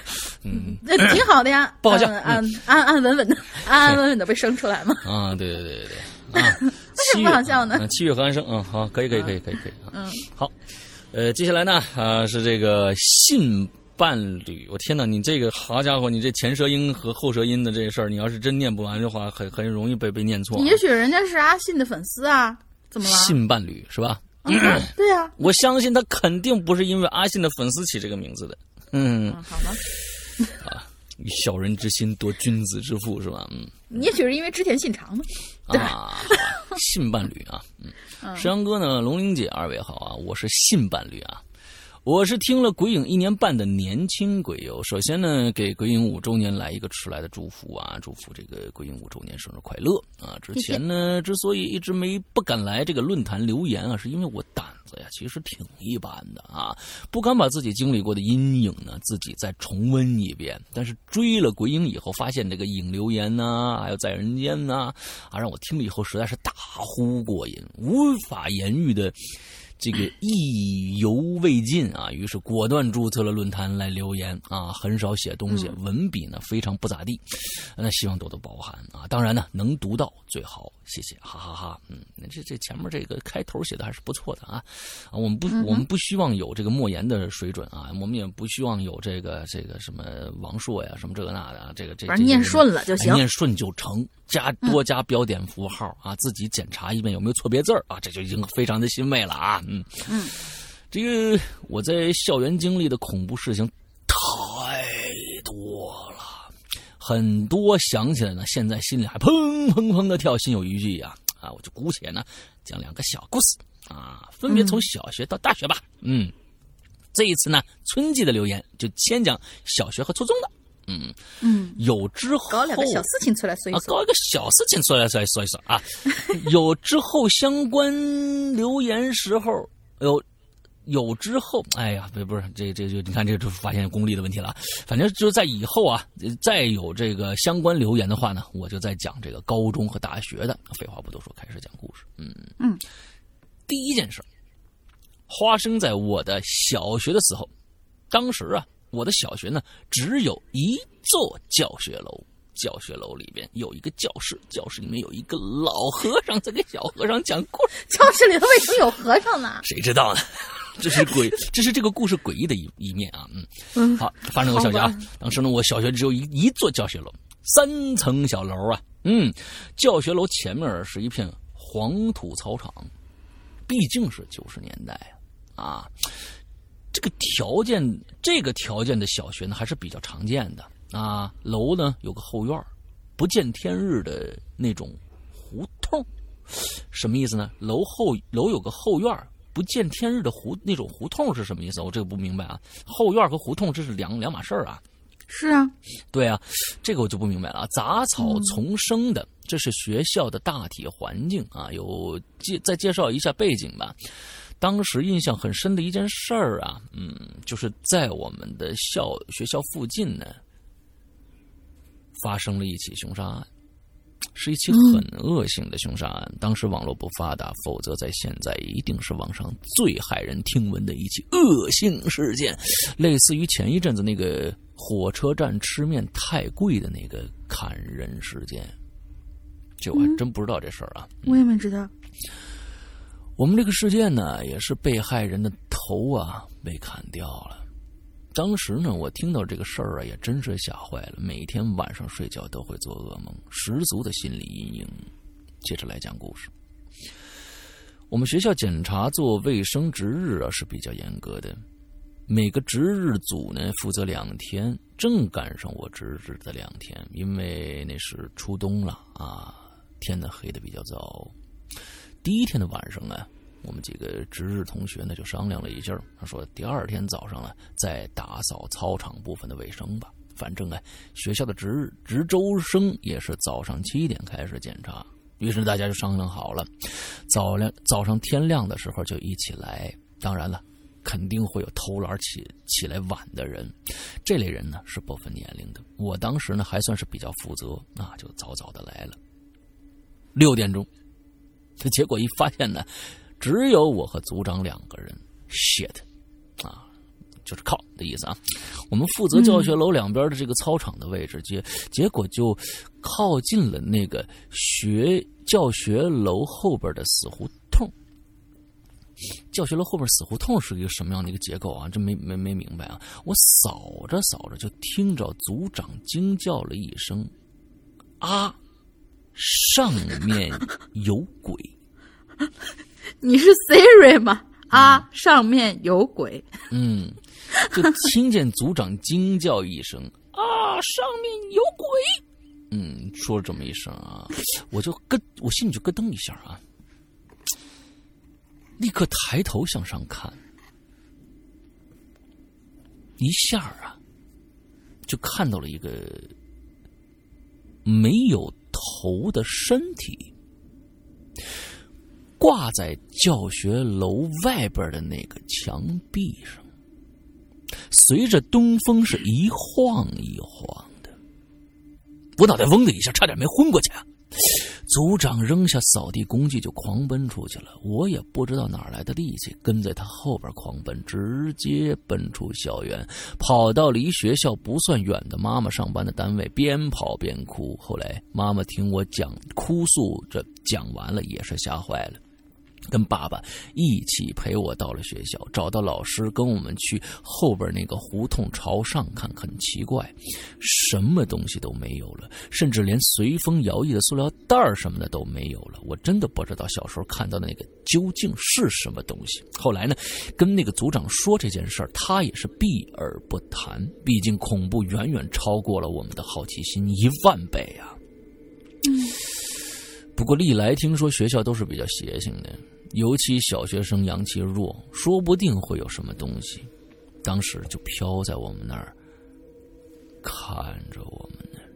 嗯， 那挺好的呀， 不好笑， 安安安稳稳的，安安稳稳的被生出来嘛。 啊，对对对对对，啊， 为什么不好笑呢？ 七月和安生，嗯，好，可以可以可以可以可以， 嗯， 好，呃，接下来呢，啊，是这个性伴侣，我天哪，你这个好家伙，你这前舌音和后舌音的这事儿，你要是真念不完的话，很很容易被被念错、啊。 也许人家是阿信的粉丝啊，怎么了？ 性伴侣是吧？ 嗯、对呀、啊， 我相信他肯定不是因为阿信的粉丝起这个名字的。嗯， 嗯好吧。 啊，小人之心夺君子之腹是吧？嗯， 也许是因为织田信长呢。 啊，好吧，性伴侣啊，嗯，石阳哥呢，龙玲姐二位好啊，我是性伴侣啊。我是听了鬼影一年半的年轻鬼友，首先呢，给鬼影五周年来一个迟来的祝福啊，祝福这个鬼影五周年生日快乐啊！之前呢，之所以一直没不敢来这个论坛留言啊，是因为我胆子呀其实挺一般的啊，不敢把自己经历过的阴影呢自己再重温一遍。但是追了鬼影以后，发现这个影留言呐、啊，还有在人间呐、啊，啊，让我听了以后实在是大呼过瘾，无法言喻的。这个意犹未尽啊，于是果断注册了论坛来留言啊，很少写东西，文笔呢非常不咋地，那希望多多包涵啊。当然呢，能读到最好，谢谢，哈哈哈。嗯，这这前面这个开头写的还是不错的啊。啊，我们不我们不希望有这个莫言的水准啊，我们也不希望有这个这个什么王朔呀什么这个那的啊，这个这反正念顺了就行， 念顺就成。加多加标点符号啊，自己检查一遍有没有错别字啊，这就已经非常的欣慰了啊。嗯嗯， 这个我在校园经历的恐怖事情太多了，很多想起来呢，现在心里还砰砰砰的跳，心有余悸呀。啊，我就姑且呢讲两个小故事啊，分别从小学到大学吧。嗯，这一次呢，春季的留言就先讲小学和初中的。嗯嗯， 有之后搞两个小事情出来说一说， 啊，搞一个小事情出来说一说一说啊。有之后相关留言时候，有有之后，哎呀，不不是这这就你看这就发现功力的问题了。反正就在以后啊，再有这个相关留言的话呢，我就在讲这个高中和大学的。废话不多说，开始讲故事。嗯嗯， 第一件事发生在我的小学的时候，当时啊。我的小学呢，只有一座教学楼，教学楼里边有一个教室，教室里面有一个老和尚在给小和尚讲故事。 教室里为什么有和尚呢？ 谁知道呢？这是诡，这是这个故事诡异的一一面啊。嗯嗯，好，发生我小学啊，当时呢，我小学只有一一座教学楼，三层小楼啊。嗯，教学楼前面是一片黄土操场，毕竟是九十年代啊。这个条件，这个条件的小学呢，还是比较常见的啊。楼呢有个后院，不见天日的那种胡同，什么意思呢？楼后楼有个后院，不见天日的胡那种胡同是什么意思？我这个不明白啊。后院和胡同这是两两码事儿啊。 是啊， 对啊，这个我就不明白了啊。杂草丛生的，嗯、这是学校的大体环境啊。有介再介绍一下背景吧。当时印象很深的一件事儿啊，嗯，就是在我们的校学校附近呢，发生了一起凶杀案，是一起很恶性的凶杀案。嗯、当时网络不发达，否则在现在一定是网上最骇人听闻的一起恶性事件，类似于前一阵子那个火车站吃面太贵的那个砍人事件。这我还真不知道这事儿啊、 嗯，我也没知道。 我们这个事件呢，也是被害人的头啊被砍掉了。当时呢，我听到这个事儿啊，也真是吓坏了。每天晚上睡觉都会做噩梦，十足的心理阴影。接着来讲故事。我们学校检查做卫生值日啊是比较严格的，每个值日组呢负责两天，正赶上我值日的两天，因为那是初冬了啊，天呢黑得比较早。第一天的晚上啊，我们几个值日同学呢就商量了一下，他说第二天早上呢再打扫操场部分的卫生吧。反正啊，学校的值日值周生也是早上七点开始检查，于是大家就商量好了，早亮早上天亮的时候就一起来。当然了，肯定会有偷懒起起来晚的人，这类人呢是不分年龄的。我当时呢还算是比较负责，那就早早的来了。六点钟。结果一发现呢，只有我和组长两个人 ，shit， 啊， 就是靠的意思啊。我们负责教学楼两边的这个操场的位置，结结果就靠近了那个学教学楼后边的死胡同。教学楼后边死胡同是一个什么样的一个结构啊？这没没没明白啊！我扫着扫着就听着组长惊叫了一声：“啊，上面有鬼！” 你是 Siri 吗？啊、嗯，上面有鬼！ 嗯，就听见组长惊叫一声：“啊，上面有鬼！”嗯，说了这么一声啊，我就咯，我心里就咯噔一下啊。立刻抬头向上看，一下啊，就看到了一个没有头的身体，挂在教学楼外边的那个墙壁上，随着东风是一晃一晃的，我脑袋嗡的一下，差点没昏过去啊！组长扔下扫地工具就狂奔出去了，我也不知道哪来的力气，跟在他后边狂奔，直接奔出校园，跑到离学校不算远的妈妈上班的单位，边跑边哭。后来妈妈听我讲哭诉着讲完了，也是吓坏了，跟爸爸一起陪我到了学校，找到老师跟我们去后边那个胡同朝上看。很奇怪，什么东西都没有了，甚至连随风摇曳的塑料袋什么的都没有了。我真的不知道小时候看到的那个究竟是什么东西。后来呢，跟那个组长说这件事儿，他也是避而不谈，毕竟恐怖远远超过了我们的好奇心一万倍啊。不过历来听说学校都是比较邪性的，尤其小学生阳气弱，说不定会有什么东西。当时就飘在我们那儿，看着我们呢。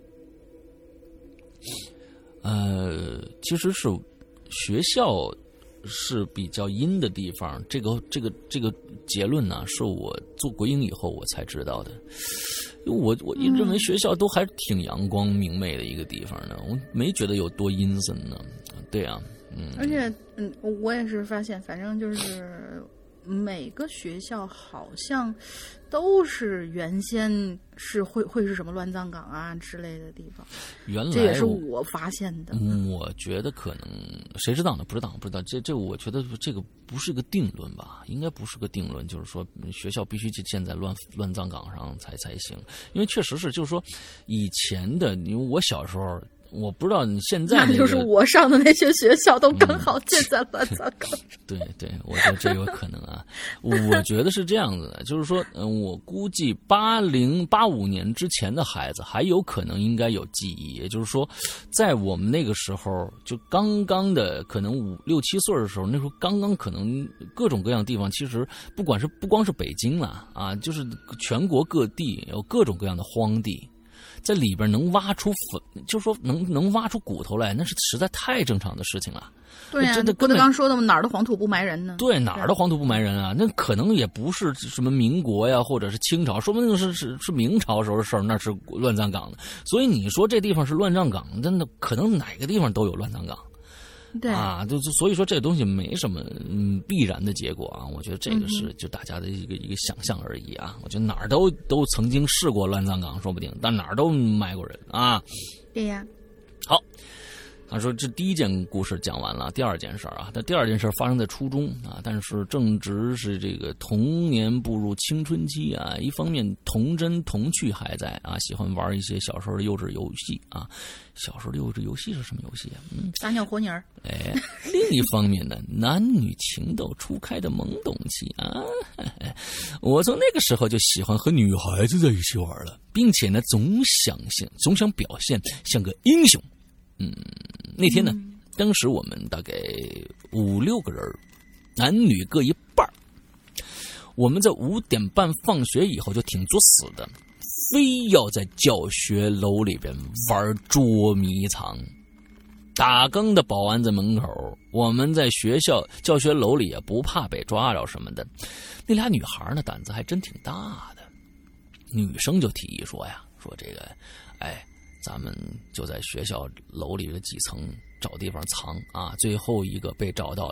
呃，其实是学校是比较阴的地方，这个这个这个结论呢，是我做国营以后我才知道的。我我一直认为学校都还挺阳光明媚的一个地方呢，我没觉得有多阴森呢。对啊，嗯， 而且嗯，我也是发现，反正就是每个学校好像都是原先是会会是什么乱葬岗啊之类的地方， 原来这也是我发现的。 我觉得可能谁知道呢？不知道，不知道。这这，我觉得这个不是个定论吧？应该不是个定论，就是说学校必须建在乱乱葬岗上才才行。因为确实是，就是说以前的，因为我小时候。我不知道你现在、那个、 那就是我上的那些学校都刚好建在乱葬岗上、 嗯。对对，我觉得这有可能啊。我觉得是这样子的，就是说，嗯，我估计八零八五年之前的孩子还有可能应该有记忆，也就是说，在我们那个时候就刚刚的可能五六七岁的时候，那时候刚刚可能各种各样地方，其实不管是不光是北京了啊，就是全国各地有各种各样的荒地。在里边能挖出粉，就是说能能挖出骨头来，那是实在太正常的事情了。 对呀、啊，郭德纲说的嘛，哪儿的黄土不埋人呢？ 对，哪儿的黄土不埋人啊？那可能也不是什么民国呀，或者是清朝，说不定是是是明朝时候的事儿，那是乱葬岗的。所以你说这地方是乱葬岗，真的可能哪个地方都有乱葬岗。 对啊，就所以说这个东西没什么嗯必然的结果啊，我觉得这个是就大家的一个、嗯、一个想象而已啊。我觉得哪儿都都曾经试过乱葬岗，说不定，但哪儿都埋过人啊。 对呀。 好，他说这第一件故事讲完了，第二件事啊，但第二件事发生在初中啊，但是正值是这个童年步入青春期啊，一方面童真童趣还在啊，喜欢玩一些小时候的幼稚游戏啊。小时候的幼稚游戏是什么游戏啊？嗯， 撒尿和泥儿。 哎，另一方面呢，男女情窦初开的懵懂期啊，我从那个时候就喜欢和女孩子在一起玩了，并且呢，总想象总想表现像个英雄。嗯，那天呢，嗯、当时我们大概五六个人，男女各一半。我们在五点半放学以后就挺作死的。非要在教学楼里边玩捉迷藏，打更的保安在门口，我们在学校教学楼里也不怕被抓着什么的。那俩女孩呢，胆子还真挺大的。女生就提议说呀，说这个，哎，咱们就在学校楼里的几层找地方藏啊，最后一个被找到的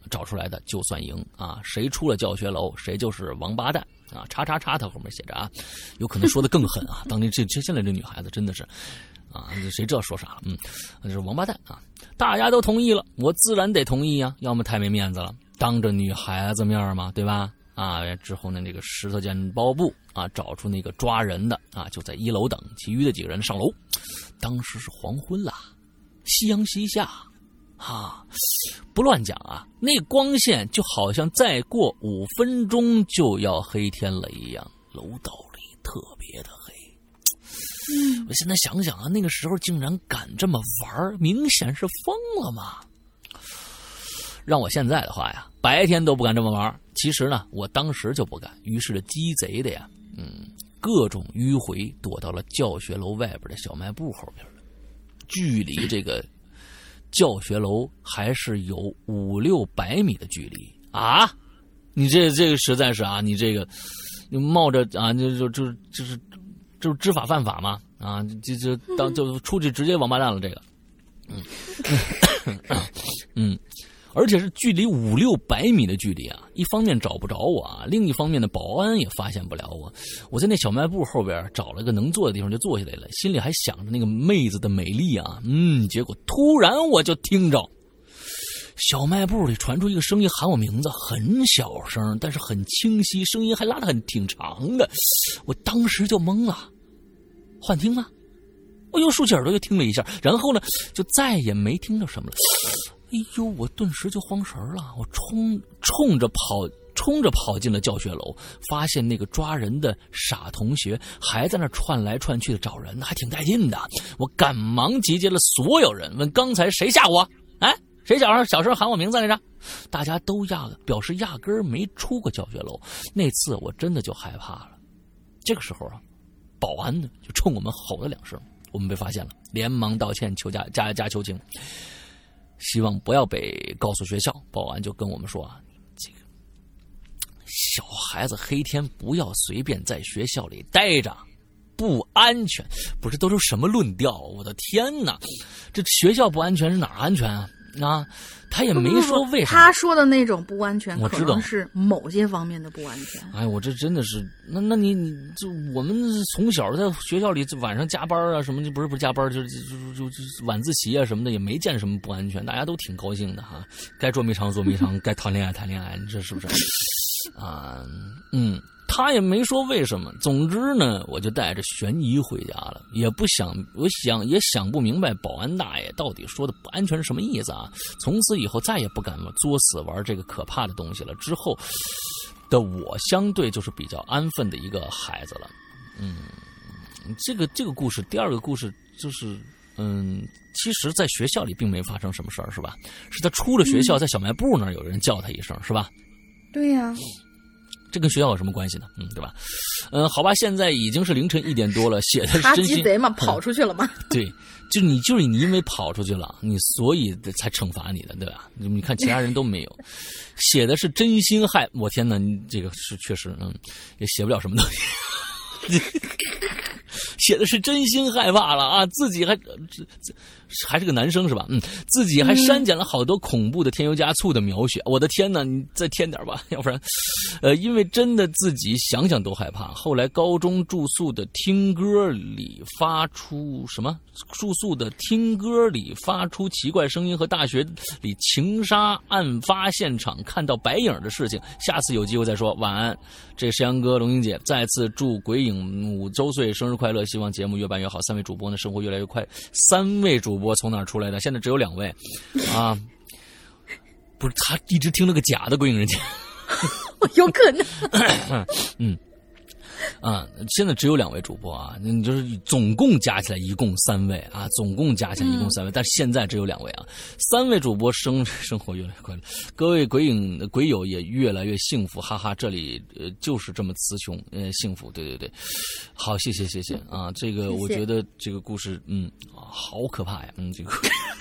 找出来的就算赢啊，谁出了教学楼谁就是王八蛋啊，叉叉叉他后面写着啊，有可能说的更狠啊，当年这这现在这女孩子真的是啊，谁知道说啥了？嗯，这是王八蛋啊！大家都同意了，我自然得同意啊，要么太没面子了，当着女孩子面嘛，对吧？啊，之后呢，这个石头剪刀布啊，找出那个抓人的啊，就在一楼等，其余的几个人上楼。当时是黄昏了，夕阳西下。啊，不乱讲啊，那光线就好像再过五分钟就要黑天了一样，楼道里特别的黑。嗯，我现在想想啊，那个时候竟然敢这么玩，明显是疯了嘛。让我现在的话呀，白天都不敢这么玩。其实呢，我当时就不敢，于是这鸡贼的呀，嗯，各种迂回躲到了教学楼外边的小卖部后边了，距离这个教学楼还是有五六百米的距离啊！你这这个实在是啊，你这个你冒着啊，就就就就是就是知法犯法嘛啊！这这当就出去直接王八蛋了，这个，嗯嗯，而且是距离五六百米的距离啊！一方面找不着我啊，另一方面呢，保安也发现不了我。我在那小卖部后边找了个能坐的地方就坐下来了，心里还想着那个妹子的美丽啊，嗯，结果突然我就听着小卖部里传出一个声音喊我名字，很小声，但是很清晰，声音还拉得很挺长的。我当时就懵了，幻听吗？我又竖起耳朵又听了一下，然后呢，就再也没听到什么了。哎呦，我顿时就慌神了，我冲冲着跑冲着跑进了教学楼，发现那个抓人的傻同学还在那串来串去的找人，还挺带劲的。我赶忙集结了所有人，问刚才谁吓我？哎，谁小声小声喊我名字来着？大家都压表示压根儿没出过教学楼。那次我真的就害怕了。这个时候啊，保安呢就冲我们吼了两声，我们被发现了，连忙道歉求加加加求情。希望不要被告诉学校。保安就跟我们说啊，这个小孩子黑天不要随便在学校里待着，不安全。不是都是什么论调？我的天哪，这学校不安全是哪儿安全啊？啊，他也没说为什么。 他说的那种不安全， 我知道可能是某些方面的不安全。 哎，我这真的是，那那你你就我们从小在学校里晚上加班啊什么的，不是不是加班，就是就就就晚自习啊什么的，也没见什么不安全，大家都挺高兴的哈。该捉迷藏捉迷藏，该谈恋爱谈恋爱，你这是不是？啊，嗯。他也没说为什么，总之呢，我就带着悬疑回家了，也不想，我想也想不明白保安大爷到底说的不安全是什么意思啊！从此以后再也不敢作死玩这个可怕的东西了。之后的我相对就是比较安分的一个孩子了。嗯，这个这个故事，第二个故事就是，嗯，其实在学校里并没发生什么事儿，是吧？是他出了学校，在小卖部那儿有人叫他一声，是吧？ 对呀、啊。 这跟学校有什么关系呢？嗯，对吧？嗯，好吧，现在已经是凌晨一点多了，写的是他真心。 鸡贼嘛，跑出去了嘛。 对，就你就是你，因为跑出去了，你所以才惩罚你的，对吧？你看其他人都没有，写的是真心害。我天哪，你这个是确实，嗯，也写不了什么东西。写的是真心害怕了啊，自己还还是个男生是吧？嗯，自己还删减了好多恐怖的添油加醋的描写。我的天哪，你再添点吧，要不然，呃，因为真的自己想想都害怕。后来高中住宿的听歌里发出什么？住宿的听歌里发出奇怪声音和大学里情杀案发现场看到白影的事情。下次有机会再说。晚安，这是杨哥、龙英姐，再次祝鬼影五周岁生日快乐！希望节目越办越好，三位主播呢生活越来越快。三位主播从哪儿出来的？现在只有两位，啊，不是他一直听了个假的鬼影人间， 有可能， 嗯。啊，现在只有两位主播啊，你就是总共加起来一共三位啊，总共加起来一共三位，嗯、但是现在只有两位啊，三位主播生生活越来越快乐，各位鬼影鬼友也越来越幸福，哈哈，这里呃就是这么词穷，呃幸福，对对对，好，谢谢谢谢啊，这个我觉得这个故事嗯好可怕呀，嗯这个，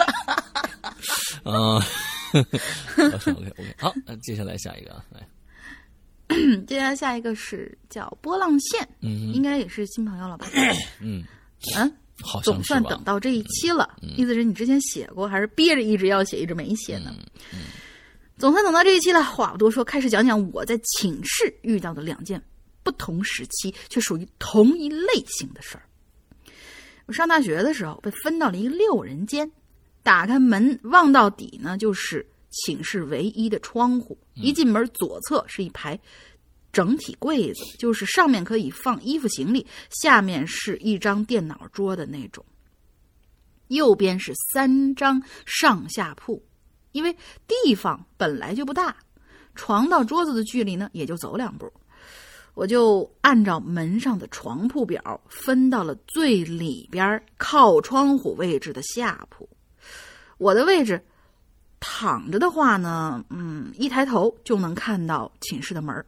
啊 ，OK OK 好，那接下来下一个啊，来。 接下来下一个是叫波浪线， 嗯， 应该也是新朋友了吧？ 嗯嗯， 好像是吧， 总算等到这一期了。嗯、意思是你之前写过，还是憋着一直要写，一直没写呢？ 嗯总算等到这一期了，话不多说，开始讲讲我在寝室遇到的两件不同时期却属于同一类型的事儿。我上大学的时候被分到了一个六人间，打开门望到底呢，就是寝室唯一的窗户。一进门左侧是一排整体柜子，就是上面可以放衣服行李，下面是一张电脑桌的那种。右边是三张上下铺，因为地方本来就不大，床到桌子的距离呢也就走两步。我就按照门上的床铺表分到了最里边靠窗户位置的下铺。我的位置躺着的话呢，嗯，一抬头就能看到寝室的门。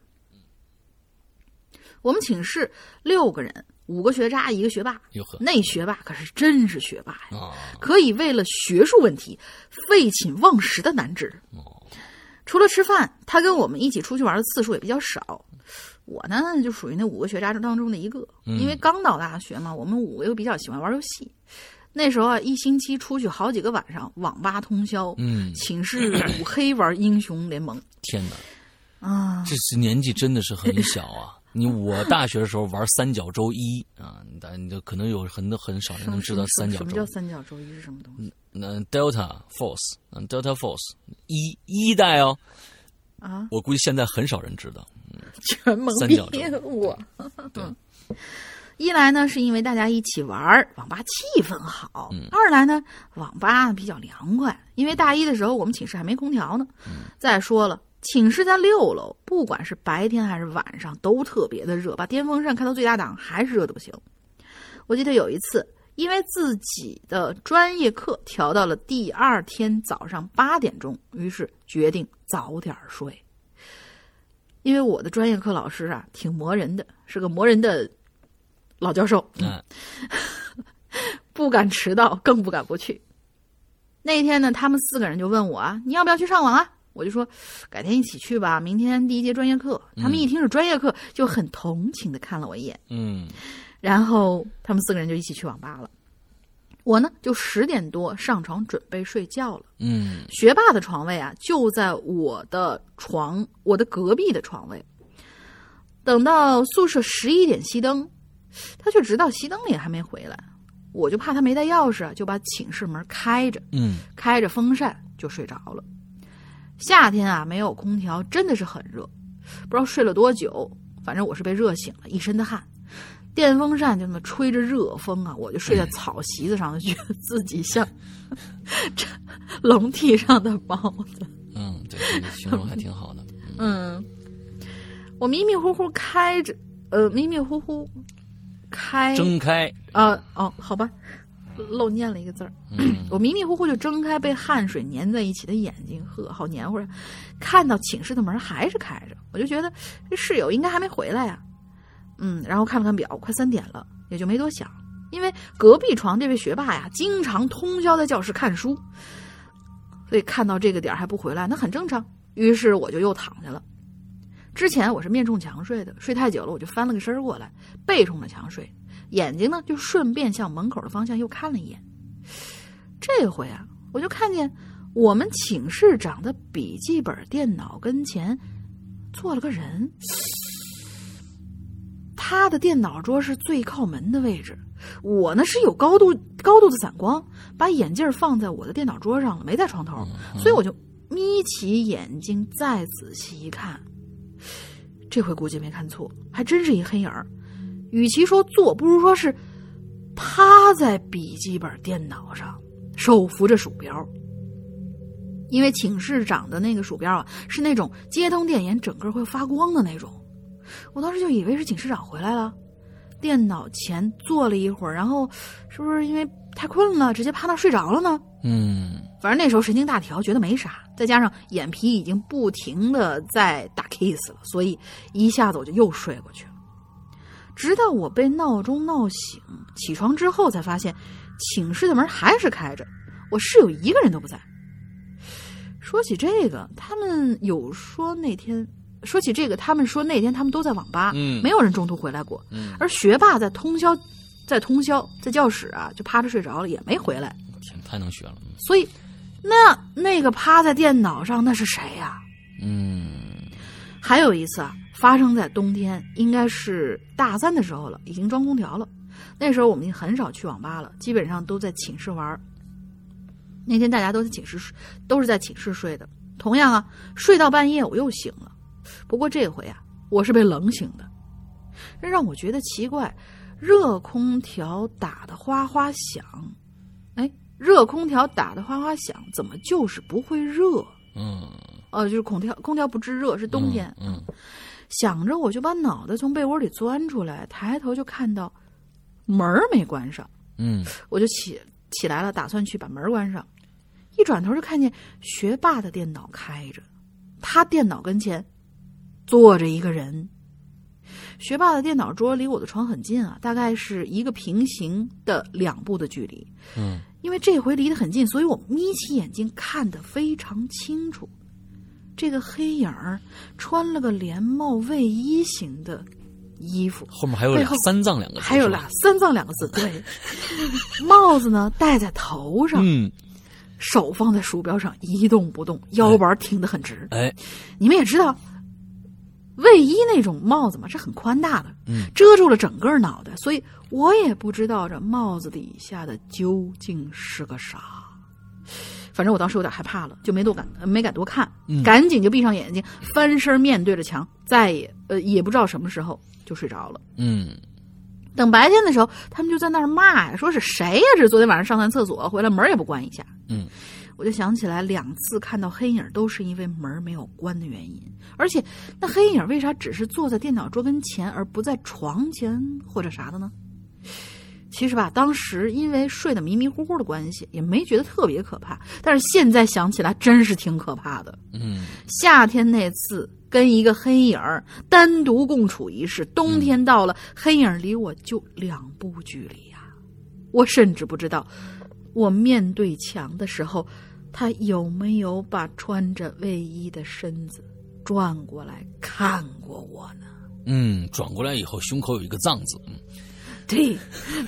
我们寝室六个人，五个学渣，一个学霸。那学霸可是真是学霸呀，哦、可以为了学术问题废寝忘食的难治。哦、除了吃饭，他跟我们一起出去玩的次数也比较少。我呢，就属于那五个学渣当中的一个， 嗯、 因为刚到大学嘛，我们五个又比较喜欢玩游戏。那时候啊，一星期出去好几个晚上，网吧通宵， 嗯， 寝室五黑玩英雄联盟。 天哪， 啊， 这是年纪真的是很小啊！你我大学的时候玩三角洲一啊，你就可能有很多很少人能知道三角洲。 什么叫三角洲一是什么东西？ 那 Delta Force， 嗯 ，Delta Force 一一代哦。 啊， 我估计现在很少人知道。嗯、 全懵逼我。 对。 一来呢，是因为大家一起玩，网吧气氛好； 嗯、 二来呢，网吧比较凉快，因为大一的时候我们寝室还没空调呢。 嗯、 再说了，寝室在六楼，不管是白天还是晚上都特别的热，把电风扇开到最大档还是热的不行。我记得有一次，因为自己的专业课调到了第二天早上八点钟，于是决定早点睡。因为我的专业课老师啊，挺磨人的，是个磨人的老教授， 嗯， 不敢迟到，更不敢不去。那天呢，他们四个人就问我啊，你要不要去上网啊？我就说改天一起去吧，明天第一节专业课。他们一听是专业课，就很同情的看了我一眼， 嗯， 然后他们四个人就一起去网吧了。我呢，就十点多上床准备睡觉了。 嗯， 学霸的床位啊，就在我的床，我的隔壁的床位。等到宿舍十一点熄灯，他却直到熄灯了也还没回来。我就怕他没带钥匙，就把寝室门开着， 嗯， 开着风扇就睡着了。夏天啊，没有空调，真的是很热，不知道睡了多久，反正我是被热醒了，一身的汗。电风扇就那么吹着热风啊，我就睡在草席子上，就觉得自己像笼屉上的包子。 嗯，对，这个形容还挺好的。 嗯，我迷迷糊糊开着，呃，迷迷糊糊开睁开啊、呃、哦，好吧，漏念了一个字儿。 嗯， 我迷迷糊糊就睁开被汗水粘在一起的眼睛，呵，好黏糊呀！看到寝室的门还是开着，我就觉得这室友应该还没回来呀。嗯，然后看了看表，快三点了，也就没多想，因为隔壁床这位学霸呀，经常通宵在教室看书，所以看到这个点还不回来，那很正常。于是我就又躺下了。之前我是面冲墙睡的，睡太久了，我就翻了个身过来，背冲着墙睡，眼睛呢就顺便向门口的方向又看了一眼。这回啊，我就看见我们寝室长的笔记本电脑跟前坐了个人。他的电脑桌是最靠门的位置，我呢是有高度高度的散光，把眼镜放在我的电脑桌上了，没在床头，所以我就眯起眼睛再仔细一看，这回估计没看错，还真是一黑影儿。与其说坐，不如说是趴在笔记本电脑上，手扶着鼠标。因为寝室长的那个鼠标啊，是那种接通电源整个会发光的那种。我当时就以为是寝室长回来了，电脑前坐了一会儿，然后是不是因为太困了，直接趴那睡着了呢？ 嗯， 反正那时候神经大条，觉得没啥，再加上眼皮已经不停的在打 kiss 了，所以一下子我就又睡过去了。直到我被闹钟闹醒，起床之后才发现寝室的门还是开着，我室友一个人都不在。说起这个，他们有说那天说起这个，他们说那天他们都在网吧， 嗯， 没有人中途回来过， 嗯， 而学霸在通宵，在通宵在教室啊就趴着睡着了，也没回来。 天，太能学了。 所以那那个趴在电脑上那是谁呀、啊？ 嗯， 还有一次啊，发生在冬天，应该是大三的时候了，已经装空调了。那时候我们已经很少去网吧了，基本上都在寝室玩。那天大家都在寝室，都是在寝室睡的。同样啊，睡到半夜我又醒了，不过这回啊，我是被冷醒的。这让我觉得奇怪，热空调打得哗哗响，哎，热空调打得哗哗响，怎么就是不会热？ 嗯， 哦、呃，就是空调空调不制热，是冬天。 嗯，嗯想着我就把脑袋从被窝里钻出来，抬头就看到门儿没关上。 嗯， 我就起起来了，打算去把门关上。一转头就看见学霸的电脑开着，他电脑跟前坐着一个人。学霸的电脑桌离我的床很近啊，大概是一个平行的两步的距离。 嗯， 因为这回离得很近，所以我眯起眼睛看得非常清楚。这个黑影儿穿了个连帽卫衣型的衣服， 后面还有俩三藏两个字， 还有俩三藏两个字，对。帽子呢戴在头上， 嗯， 手放在鼠标上一动不动，腰板挺得很直。 哎， 你们也知道，卫衣那种帽子嘛，是很宽大的， 嗯， 遮住了整个脑袋，所以我也不知道这帽子底下的究竟是个啥。反正我当时有点害怕了，就没多敢没敢多看， 嗯、 赶紧就闭上眼睛，翻身面对着墙，再也呃也不知道什么时候就睡着了。 嗯， 等白天的时候，他们就在那儿骂呀，说是谁呀？这是昨天晚上上完厕所回来门也不关一下。 嗯， 我就想起来两次看到黑影都是因为门没有关的原因，而且那黑影为啥只是坐在电脑桌跟前，而不在床前或者啥的呢？其实吧，当时因为睡得迷迷糊糊的关系，也没觉得特别可怕。但是现在想起来，真是挺可怕的。 嗯， 夏天那次跟一个黑影单独共处一室，冬天到了，嗯、黑影离我就两步距离呀、啊。我甚至不知道，我面对墙的时候，他有没有把穿着卫衣的身子转过来看过我呢？ 嗯，转过来以后，胸口有一个藏字。嗯。 对，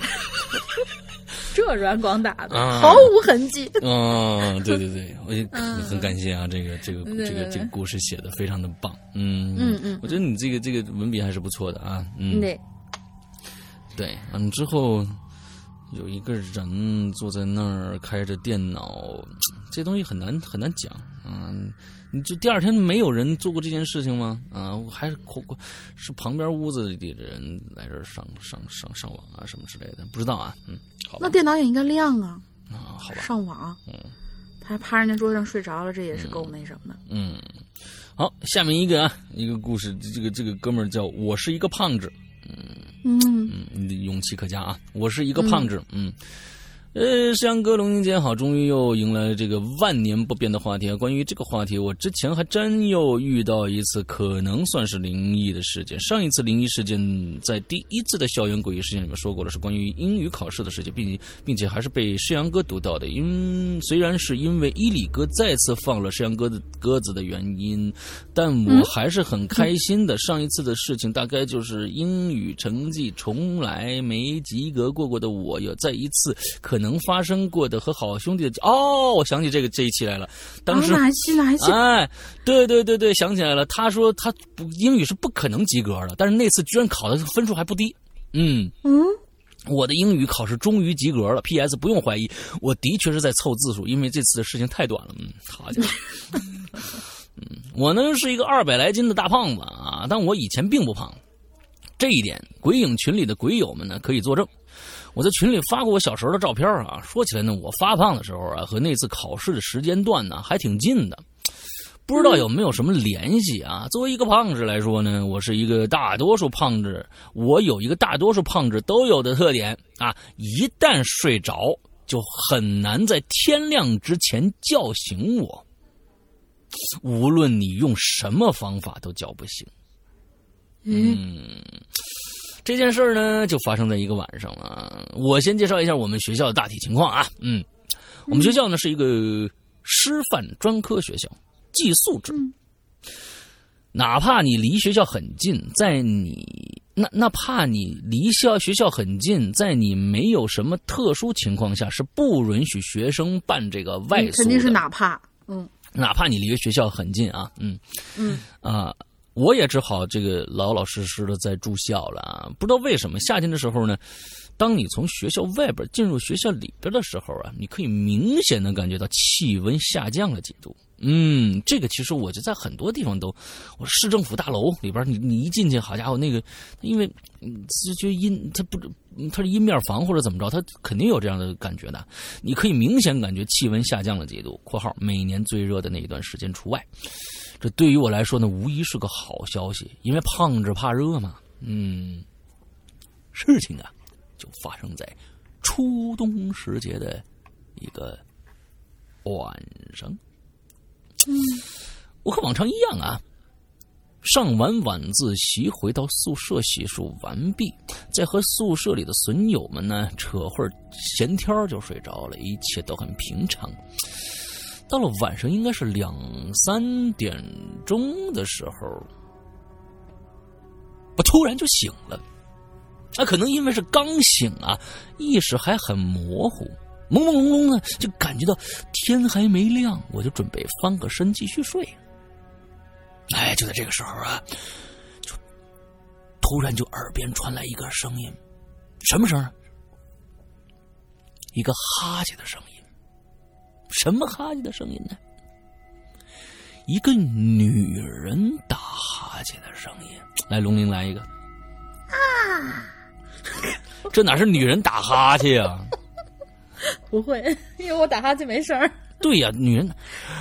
这软广打的、啊、毫无痕迹。 嗯、啊，对对对，我也很感谢啊，这个这个这个这个故事写的非常的棒。嗯嗯嗯，我觉得你这个这个文笔还是不错的啊。嗯，对，对，嗯，之后有一个人坐在那儿开着电脑，这东西很难很难讲。嗯，你就第二天没有人做过这件事情吗？啊，还是是旁边屋子里的人来这儿上上上上网啊什么之类的，不知道啊。嗯，好吧。 那电脑也应该亮啊。 啊，好吧。 上网。 嗯。 他趴人家桌子上睡着了，这也是够那什么的。 嗯。好，下面一个啊，一个故事，这个这个哥们儿叫我是一个胖子。嗯嗯嗯，你的勇气可嘉啊！我是一个胖子。嗯。嗯呃，山羊哥龙英姐好，终于又迎来这个万年不变的话题啊！关于这个话题，我之前还真又遇到一次可能算是灵异的事件。上一次灵异事件在第一次的校园诡异事件里面说过了，是关于英语考试的事情，并并且还是被山羊哥读到的。因虽然是因为伊里哥再次放了山羊哥的鸽子的原因，但我还是很开心的。上一次的事情大概就是英语成绩从来没及格过过的我，有在一次可能发生过的和好兄弟的哦，我想起这个这一期来了。当时、 哦、哪一期哪一期？ 哎，对对对对，想起来了。他说他不英语是不可能及格的，但是那次居然考的分数还不低。嗯嗯， 我的英语考试终于及格了。P S 不用怀疑，我的确是在凑字数，因为这次的事情太短了。嗯，好家伙。嗯，我呢是一个二百来斤的大胖子啊，但我以前并不胖。这一点，鬼影群里的鬼友们呢可以作证。我在群里发过我小时候的照片啊，说起来呢，我发胖的时候啊，和那次考试的时间段呢还挺近的，不知道有没有什么联系啊？作为一个胖子来说呢，我是一个大多数胖子，我有一个大多数胖子都有的特点啊，一旦睡着就很难在天亮之前叫醒我，无论你用什么方法都叫不醒。嗯。这件事呢，就发生在一个晚上了。我先介绍一下我们学校的大体情况啊。嗯，我们学校呢是一个师范专科学校，寄宿制。哪怕你离学校很近，在你那那怕你离校学校很近，在你没有什么特殊情况下，是不允许学生办这个外宿的。 肯定是哪怕，嗯， 哪怕你离学校很近啊，嗯嗯啊，我也只好这个老老实实的在住校了啊。不知道为什么，夏天的时候呢，当你从学校外边进入学校里边的时候啊，你可以明显的感觉到气温下降了几度。嗯，这个其实我就在很多地方都，我市政府大楼里边，你你一进去，好家伙，那个因为就就阴，它不它是阴面房或者怎么着，它肯定有这样的感觉的。你可以明显感觉气温下降了几度（括号每年最热的那一段时间除外）。这对于我来说呢，无疑是个好消息，因为胖子怕热嘛。嗯，事情啊，就发生在初冬时节的一个晚上。 嗯， 我和往常一样啊，上完晚自习回到宿舍洗漱完毕，再和宿舍里的损友们呢扯会儿闲天就睡着了，一切都很平常。到了晚上应该是两三点钟的时候，我突然就醒了。那、啊、可能因为是刚醒啊，意识还很模糊。朦朦胧胧的，就感觉到天还没亮，我就准备翻个身继续睡。哎，就在这个时候啊，就突然就耳边传来一个声音，什么声？一个哈欠的声音。什么哈欠的声音呢？一个女人打哈欠的声音。来，龙鳞来一个。 啊！ 这哪是女人打哈欠呀、啊？ 不会，因为我打哈欠没声儿。 对呀、啊，女人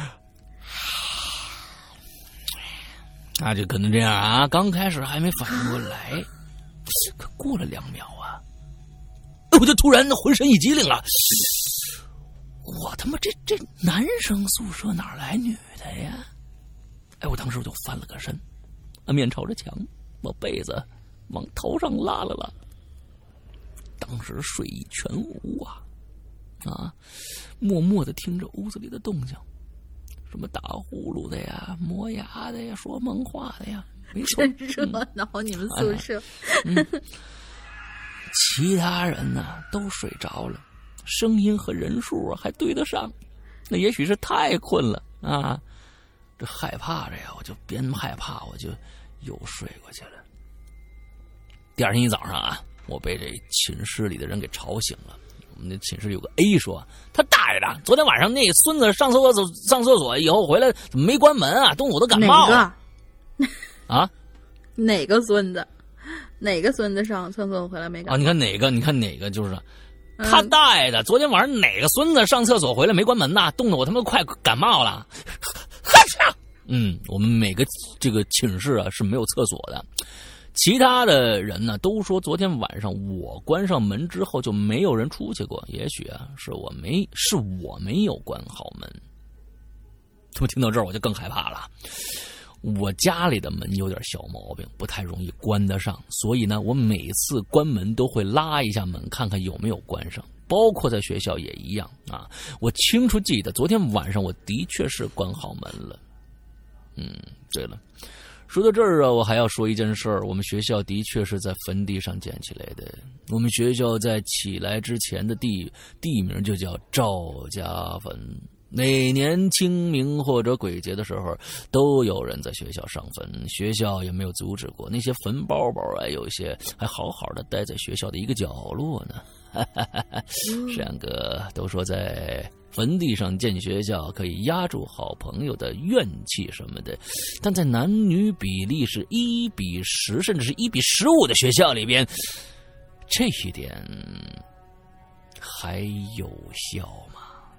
啊，就可能这样啊。刚开始还没反应过来，可过了两秒啊，我就突然浑身一激灵了。我他妈这这男生宿舍哪来女的呀？哎，我当时我就翻了个身，面朝着墙，把被子往头上拉了拉。当时睡意全无啊。啊，默默的听着屋子里的动静，什么打呼噜的呀、磨牙的呀、说梦话的呀，没错， 真热闹、嗯！你们宿舍， 嗯嗯、其他人呢都睡着了，声音和人数还对得上，那也许是太困了啊。这害怕着呀，我就边害怕我就又睡过去了。第二天一早上啊，我被这寝室里的人给吵醒了。我们那寝室有个 A 说，他大爷的，昨天晚上那孙子上厕所上厕所以后回来怎么没关门啊？动我都感冒了。 哪个？ 啊？ 哪个孙子？哪个孙子上厕所回来没关？ 啊，你看哪个？你看哪个？就是他大爷的，昨天晚上哪个孙子上厕所回来没关门呐？冻得我他妈快感冒了。嗯，我们每个这个寝室啊是没有厕所的。其他的人呢都说昨天晚上我关上门之后就没有人出去过，也许啊是我没是我没有关好门。他们听到这儿我就更害怕了。我家里的门有点小毛病，不太容易关得上，所以呢我每次关门都会拉一下门看看有没有关上，包括在学校也一样啊。我清楚记得昨天晚上我的确是关好门了。嗯，对了，说到这儿啊，我还要说一件事儿。我们学校的确是在坟地上建起来的。我们学校在起来之前的地地名就叫赵家坟。每年清明或者鬼节的时候，都有人在学校上坟，学校也没有阻止过。那些坟包包啊，有些还好好的待在学校的一个角落呢。山哥都说在坟地上建学校可以压住好朋友的怨气什么的，但在男女比例是一比十甚至是一比十五的学校里边，这一点还有效吗？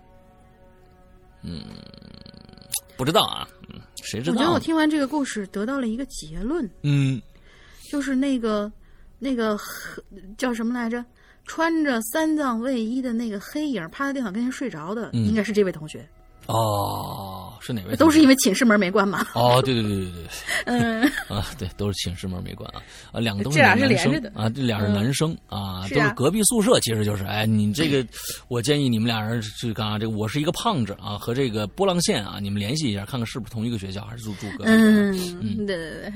嗯，不知道啊，嗯，谁知道？ 我觉得我听完这个故事得到了一个结论， 嗯， 就是那个那个叫什么来着？穿着三藏卫衣的那个黑影趴在电脑跟前睡着的、嗯，应该是这位同学。 哦，是哪位同学？ 都是因为寝室门没关嘛。 哦，对对对对对， 嗯啊，对，都是寝室门没关啊，啊，两个都是男生， 这俩是连着的啊，这俩是男生、嗯、啊，都是隔壁宿舍，其实就是，哎，你这个，我建议你们俩人去干啥？这个我是一个胖子啊，和这个波浪线啊，你们联系一下，看看是不是同一个学校，还是住住隔壁、啊。 嗯，嗯对对对。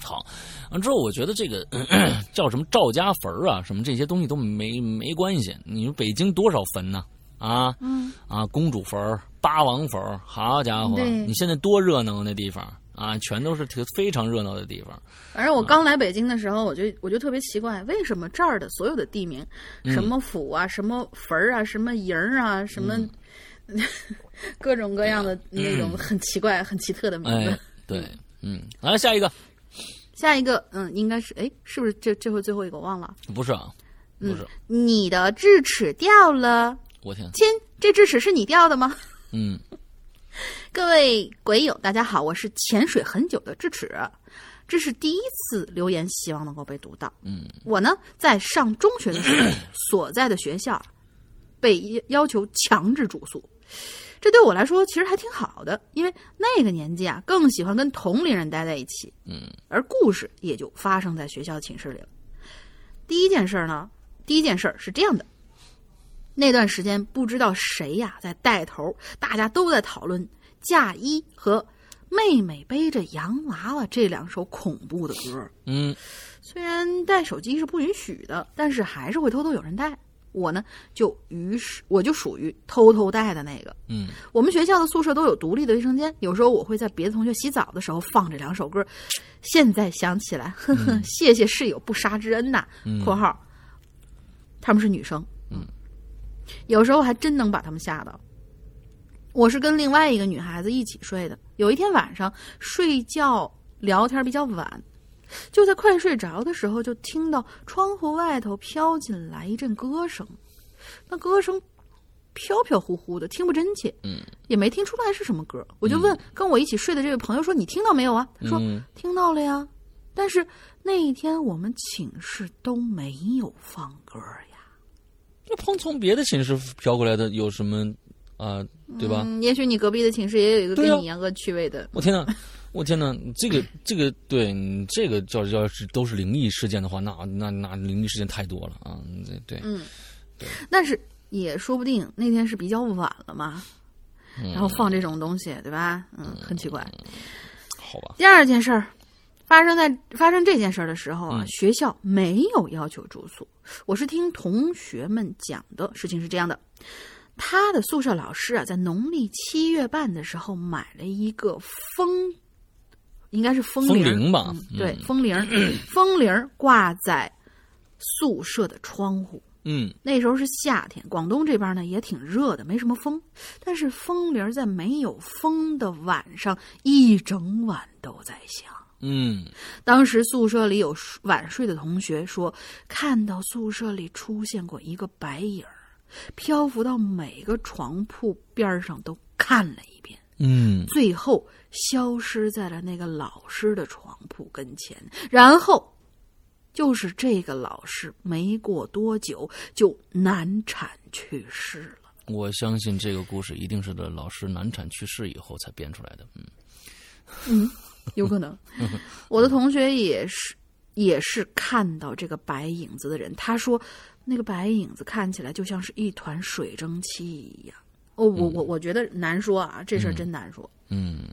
好，完之后我觉得这个咳咳叫什么赵家坟啊，什么这些东西都没没关系。你说北京多少坟呢？啊， 嗯啊，公主坟、八王坟，好家伙，你现在多热闹那地方啊，全都是非常热闹的地方。 反正我刚来北京的时候，我就我就特别奇怪，为什么这儿的所有的地名， 嗯、 什么府啊，什么坟啊，什么营啊，什么、嗯、各种各样的那种很奇怪、嗯、很奇特的名字。 哎、对，嗯，来下一个。 下一个，嗯，应该是，哎，是不是这这回最后一个我忘了？ 不是啊，不是。 嗯、你的智齿掉了， 我天， 亲，这智齿是你掉的吗？ 嗯， 各位鬼友，大家好，我是潜水很久的智齿，这是第一次留言，希望能够被读到。 嗯， 我呢在上中学的时候，所在的学校被要求强制住宿。这对我来说其实还挺好的，因为那个年纪啊，更喜欢跟同龄人待在一起。 嗯， 而故事也就发生在学校寝室里了。第一件事呢，第一件事是这样的：那段时间不知道谁呀在带头，大家都在讨论《嫁衣》和《妹妹背着洋娃娃》这两首恐怖的歌。 嗯， 虽然带手机是不允许的，但是还是会偷偷有人带。我呢，就于是我就属于偷偷带的那个。 嗯， 我们学校的宿舍都有独立的卫生间，有时候我会在别的同学洗澡的时候放这两首歌。现在想起来，呵呵，嗯、谢谢室友不杀之恩呐。 嗯、 括号，他们是女生。 嗯， 有时候还真能把他们吓到。我是跟另外一个女孩子一起睡的。有一天晚上睡觉聊天比较晚。就在快睡着的时候，就听到窗户外头飘进来一阵歌声，那歌声飘飘忽忽的，听不真切， 嗯， 也没听出来是什么歌。我就问跟我一起睡的这位朋友说：“你听到没有啊？”他说：“ 嗯、 听到了呀。”但是那一天我们寝室都没有放歌呀。 这碰从别的寝室飘过来的有什么啊、呃？对吧、 嗯？也许你隔壁的寝室也有一个跟你一样恶趣味的。 啊、我天哪！我天哪，这个这个对你这个叫要是都是灵异事件的话，那那那灵异事件太多了啊！对对， 嗯， 对。 但是也说不定那天是比较晚了嘛， 嗯、 然后放这种东西，对吧？嗯，很奇怪。 嗯、好吧。 第二件事儿发生在发生这件事儿的时候啊， 嗯、 学校没有要求住宿。我是听同学们讲的，事情是这样的。他的宿舍老师啊，在农历七月半的时候买了一个风。应该是风铃, 风铃吧、 嗯？对，风铃，嗯、风铃挂在宿舍的窗户。 嗯， 那时候是夏天，广东这边呢也挺热的，没什么风。但是风铃在没有风的晚上，一整晚都在响。 嗯， 当时宿舍里有晚睡的同学说，看到宿舍里出现过一个白影，漂浮到每个床铺边上都看了一遍。 嗯， 最后消失在了那个老师的床铺跟前，然后就是这个老师没过多久就难产去世了。 我相信这个故事一定是的老师难产去世以后才编出来的。嗯嗯，有可能。我的同学也是也是看到这个白影子的人，他说那个白影子看起来就像是一团水蒸气一样。哦，我我我觉得难说啊，这事儿真难说。 嗯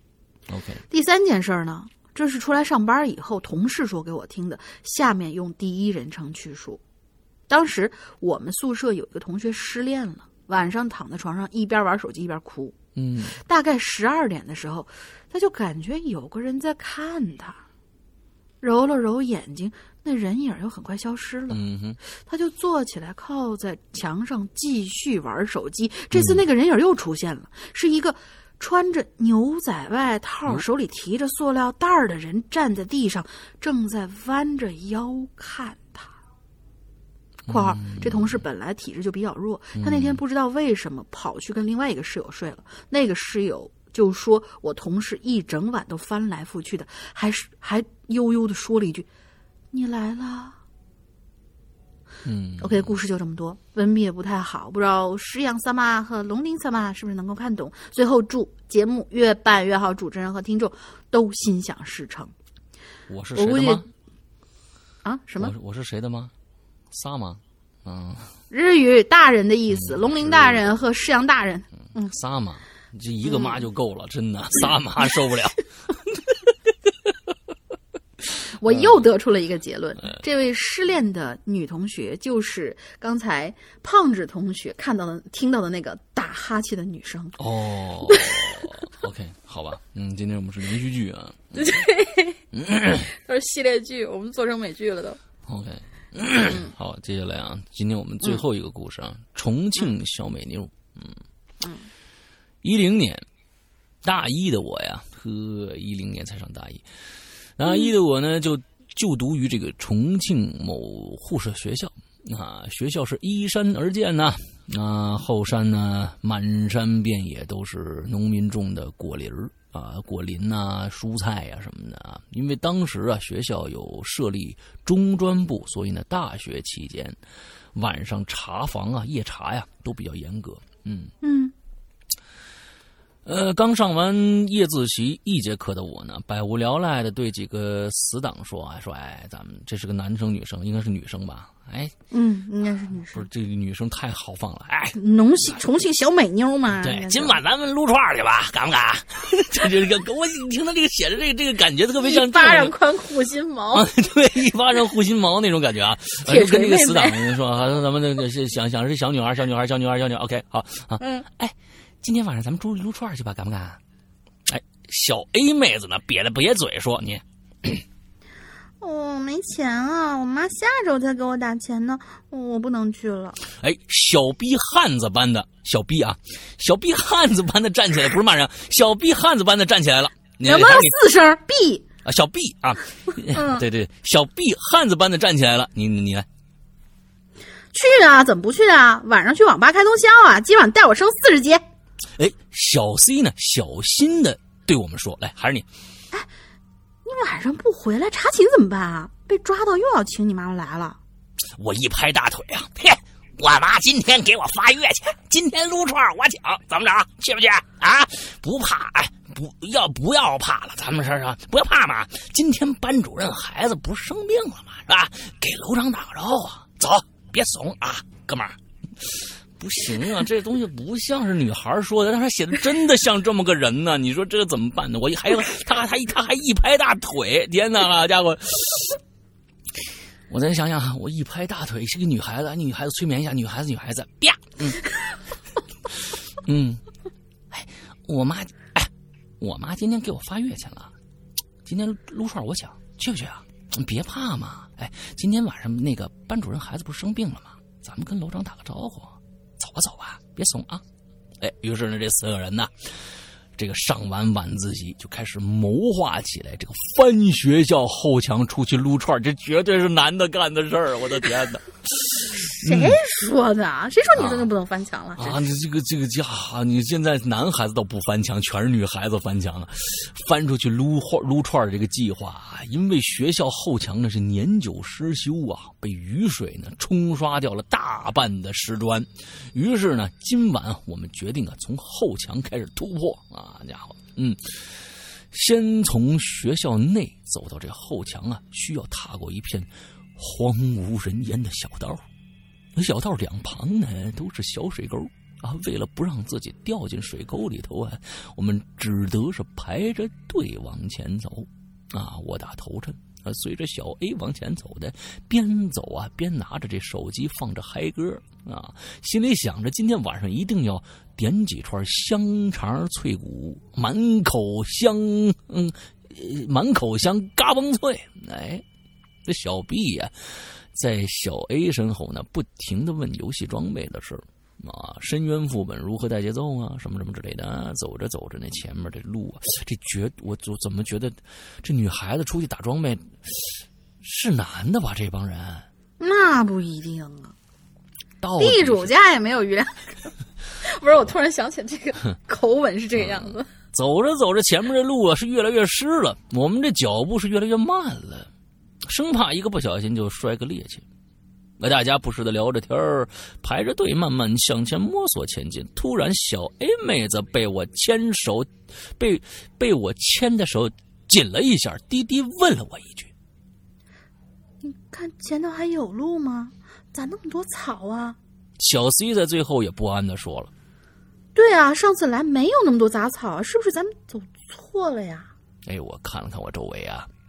，OK。 第三件事呢，这是出来上班以后同事说给我听的，下面用第一人称叙述。当时我们宿舍有一个同学失恋了，晚上躺在床上一边玩手机一边哭。 嗯， 大概十二点的时候，他就感觉有个人在看他，揉了揉眼睛，那人影又很快消失了。 嗯哼， 他就坐起来靠在墙上继续玩手机。这次那个人影又出现了，嗯、是一个穿着牛仔外套、手里提着塑料袋的人，站在地上，正在弯着腰看他。括号，这同事本来体质就比较弱，他那天不知道为什么跑去跟另外一个室友睡了。那个室友就说我同事一整晚都翻来覆去的，还是还悠悠的说了一句：“你来了。” 嗯 ，OK， 故事就这么多，文笔也不太好，不知道石阳萨玛和龙鳞萨玛是不是能够看懂。最后祝节目越办越好，主持人和听众都心想事成。 我是谁的吗？ 啊，什么？ 我我是谁的吗？萨玛，嗯， 日语大人的意思，龙鳞大人和石阳大人。 嗯，萨玛，这一个妈就够了，嗯、真的，萨玛受不了。 我又得出了一个结论：嗯、这位失恋的女同学就是刚才胖子同学看到的、听到的那个打哈欠的女生。 哦，OK， 好吧，嗯，今天我们是连续剧啊， 对，都是系列剧，我们做成美剧了都。 OK，嗯、好，接下来啊，今天我们最后一个故事啊，嗯、重庆小美妞，嗯嗯，一零年。大一的我呀，呵，一零年才上大一。大一的我呢，就就读于这个重庆某护士学校啊，学校是依山而建呐、啊，啊，后山呢满山遍野都是农民种的果林啊，果林呐、啊、蔬菜呀、啊、什么的啊。因为当时啊，学校有设立中专部，所以呢，大学期间晚上查房啊、夜查呀都比较严格。嗯嗯。呃，刚上完夜自习一节课的我呢，百无聊赖的对几个死党说啊，说哎，咱们这是个男生女生，应该是女生吧？哎， 嗯，应该是女生。 不是这个女生太豪放了，哎， 农庆重庆小美妞嘛。 对，今晚咱们撸串去吧，敢不敢？这这个我听到这个写的这个这个感觉特别像一巴掌宽护心毛， 啊、对，一巴掌护心毛那种感觉啊。 铁锤跟这个死党说，啊，咱们那个想想是小女孩，小女孩，小女孩，小女孩 ，OK， 好啊，嗯，哎。今天晚上咱们出去撸串去吧，敢不敢？哎，小 A 妹子呢，瘪了瘪嘴说：“你， 我、哦、没钱啊，我妈下周才给我打钱呢，我不能去了。” 哎，小 B 汉子般的小 B 啊，小 B 汉子般的站起来，不是骂人，小 B 汉子般的站起来了。 有没有四声 B 啊？小 B 啊，嗯、对对，小 B 汉子般的站起来了。你你你来。 去啊，怎么不去啊？晚上去网吧开通宵啊，今晚带我升四十节。 哎，小 C 呢？小心的对我们说：“来，还是你。 哎，你晚上不回来查寝怎么办啊？被抓到又要请你妈妈来了。” 我一拍大腿啊，嘿，我妈今天给我发月钱，今天撸串我请，怎么着？去不去啊？不怕，哎，不要不要怕了，咱们说说，不要怕嘛。今天班主任孩子不是生病了嘛，是吧？给楼长打个招呼，走，别怂啊，哥们儿。不行啊，这东西不像是女孩说的，但他写的真的像这么个人呢。你说这个怎么办呢？我还有他他他还一拍大腿，天哪，好家伙！我再想想，我一拍大腿是个女孩子，女孩子催眠一下，女孩子女孩子，啪，嗯，嗯，哎，我妈，哎，我妈今天给我发月钱了，今天撸串我想去不去啊？别怕嘛，哎，今天晚上那个班主任孩子不是生病了吗？咱们跟楼长打个招呼。走吧走吧，别怂啊！哎，于是呢，这四个人呢，这个上完晚自习就开始谋划起来，这个翻学校后墙出去撸串，这绝对是男的干的事儿！我的天哪！ 谁说的？嗯、谁说女生就不能翻墙了？ 啊，你这个这个家，你现在男孩子倒不翻墙，全是女孩子翻墙了。翻出去撸撸串的这个计划，因为学校后墙呢是年久失修啊，被雨水呢冲刷掉了大半的石砖。于是呢，今晚我们决定啊，从后墙开始突破啊，家伙，嗯。先从学校内走到这后墙啊，需要踏过一片荒无人烟的小道。小道两旁呢都是小水沟啊，为了不让自己掉进水沟里头啊，我们只得是排着队往前走啊。我打头阵啊，随着小 A 往前走的，边走啊边拿着这手机放着嗨歌啊，心里想着今天晚上一定要点几串香肠脆骨，满口香，嗯，满口香嘎嘣脆。哎，这小 B 呀、啊，在小 A 身后呢，不停地问游戏装备的事啊，深渊副本如何带节奏啊，什么什么之类的、啊。走着走着，那前面这路啊，这觉我我怎么觉得这女孩子出去打装备是男的吧？这帮人那不一定啊，地主家也没有余粮。不是，我突然想起这个口吻是这个样子。嗯、 走着走着，前面这路啊是越来越湿了，我们这脚步是越来越慢了，生怕一个不小心就摔个趔趄。那大家不时的聊着天儿，排着队慢慢向前摸索前进。突然，小 A 妹子被我牵手，被被我牵的手紧了一下，低低问了我一句：“ 你看前头还有路吗？咋那么多草啊？” 小 C 在最后也不安的说了：“ 对啊，上次来没有那么多杂草啊，是不是咱们走错了呀？” 哎，我看了看我周围啊，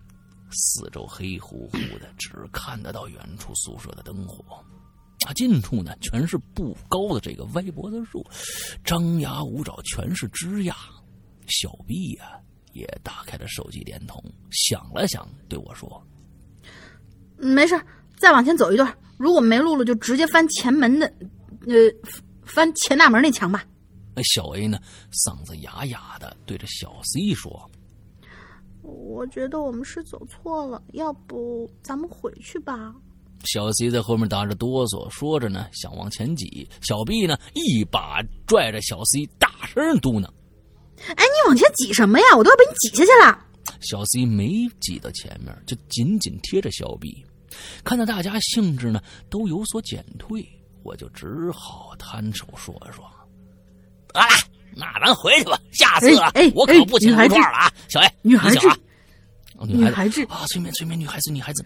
四周黑乎乎的，只看得到远处宿舍的灯火。啊，近处呢全是不高的这个歪脖子树，张牙舞爪，全是枝桠。小毕呀、啊、也打开了手机电筒，想了想，对我说：“ 没事，再往前走一段，如果没路了，就直接翻前门的，呃，翻前大门那墙吧。” 小 A 呢，嗓子哑哑的对着小 C 说：“ 我觉得我们是走错了，要不咱们回去吧。” 小 C 在后面打着哆嗦，说着呢，想往前挤。小 B 呢，一把拽着小 C， 大声嘟囔：“ 哎，你往前挤什么呀？我都要被你挤下去了。” 小 C 没挤到前面，就紧紧贴着小 B。看到大家兴致呢都有所减退，我就只好摊手说了说：“得了，那咱回去吧。下次啊， 哎哎、 我可不请撸串了啊。”小 A， 女孩子， 啊， 女孩子啊，催眠催眠，女孩子女孩子。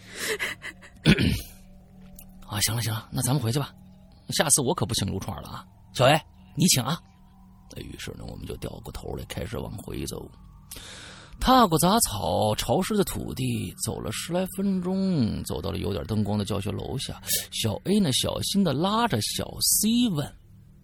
啊，行了行了，那咱们回去吧。下次我可不请撸串了啊。小 A， 你请啊。于是呢，我们就掉过头来，开始往回走。踏过杂草潮湿的土地，走了十来分钟，走到了有点灯光的教学楼下。小 A 呢，小心的拉着小 C 问：“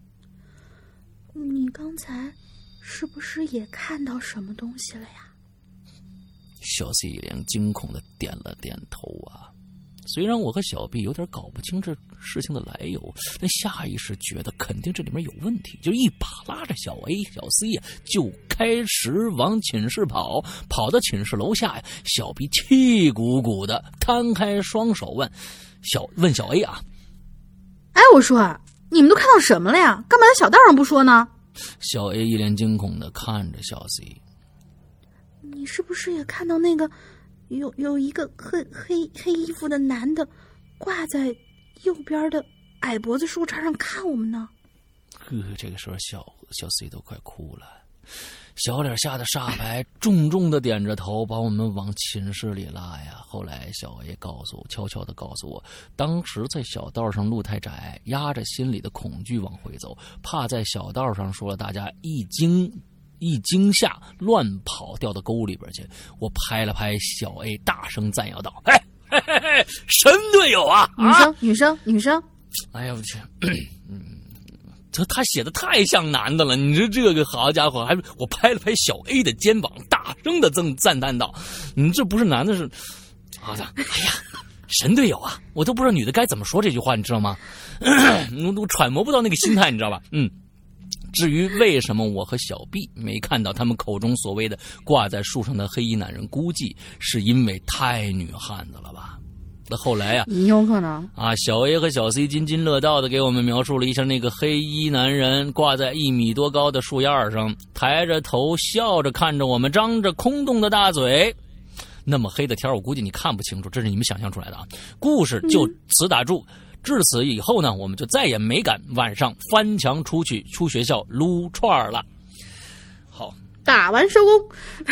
你刚才是不是也看到什么东西了呀？” 小 C 一脸惊恐的点了点头啊。虽然我和小 B 有点搞不清这事情的来由，但下意识觉得肯定这里面有问题，就一把拉着小 A 小 C 呀，就开始往寝室跑。跑到寝室楼下呀，小 B 气鼓鼓的摊开双手问小问小 A 啊：“ 哎，我说你们都看到什么了呀？干嘛在小道上不说呢？” 小 A 一脸惊恐的看着小 C：“ 你是不是也看到那个？”有有一个黑黑黑衣服的男的挂在右边的矮脖子树杈上看我们呢。 呵，这个时候小小 C 都快哭了，小脸吓得煞白，重重的点着头，把我们往寝室里拉呀。后来小 A 告诉我，悄悄的告诉我，当时在小道上路太窄，压着心里的恐惧往回走，怕在小道上说了大家一惊。一惊吓乱跑，掉到沟里边去。我拍了拍小 A， 大声赞扬道：“嘿嘿嘿嘿，神队友啊！” 女生，女生，女生。 哎呀，我去，嗯，这他写的太像男的了。你说这个好家伙，还我拍了拍小 A 的肩膀，大声的赞赞叹道：“你这不是男的是？好的，哎呀，神队友啊！我都不知道女的该怎么说这句话，你知道吗？我揣摩不到那个心态，你知道吧？嗯。”至于为什么我和小 B 没看到他们口中所谓的挂在树上的黑衣男人，估计是因为太女汉子了吧。那后来啊， 有可能啊，小 A 和小 C 津津乐道的给我们描述了一下那个黑衣男人挂在一米多高的树叶上，抬着头笑着看着我们，张着空洞的大嘴。那么黑的天我估计你看不清楚，这是你们想象出来的啊。故事就此打住。嗯，至此以后呢，我们就再也没敢晚上翻墙出去出学校撸串了。好， 打完收工。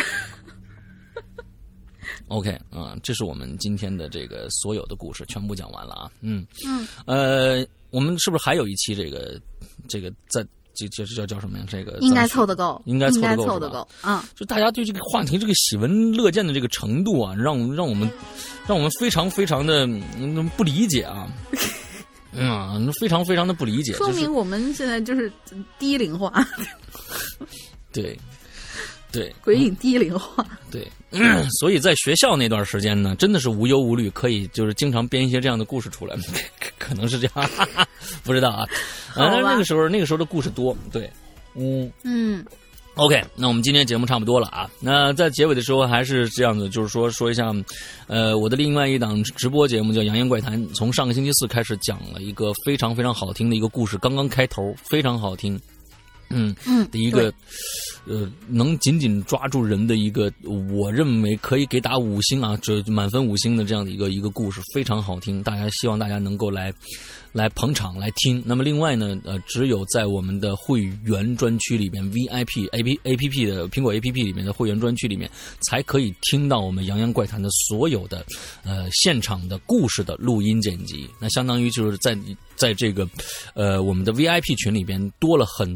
OK 啊、呃，这是我们今天的这个所有的故事全部讲完了啊。嗯嗯， 呃，我们是不是还有一期这个这个在这这叫叫什么呀？这个应该凑得够， 应该凑得够， 凑得够。嗯， 就大家对这个话题这个喜闻乐见的这个程度啊，让让我们让我们非常非常的、嗯、不理解啊。嗯，非常非常的不理解， 说明我们现在就是低龄化。 对，对， 鬼影低龄化。 对、嗯，所以在学校那段时间呢，真的是无忧无虑，可以就是经常编一些这样的故事出来，可能是这样，哈哈，不知道啊。啊，那个时候那个时候的故事多，对，嗯嗯。 OK， 那我们今天节目差不多了啊。那在结尾的时候还是这样子，就是说说一下，呃，我的另外一档直播节目叫《扬言怪谈》，从上个星期四开始讲了一个非常非常好听的一个故事，刚刚开头，非常好听。嗯嗯， 的一个呃，能紧紧抓住人的一个，我认为可以给打五星啊，这满分五星的这样的一个一个故事，非常好听。大家希望大家能够来来捧场来听。那么另外呢，呃，只有在我们的会员专区里面 V I P A P A P P 的苹果 A P P 里面的会员专区里面，才可以听到我们扬言怪谈的所有的呃现场的故事的录音剪辑。那相当于就是在在这个呃我们的 V I P 群里边多了很多很多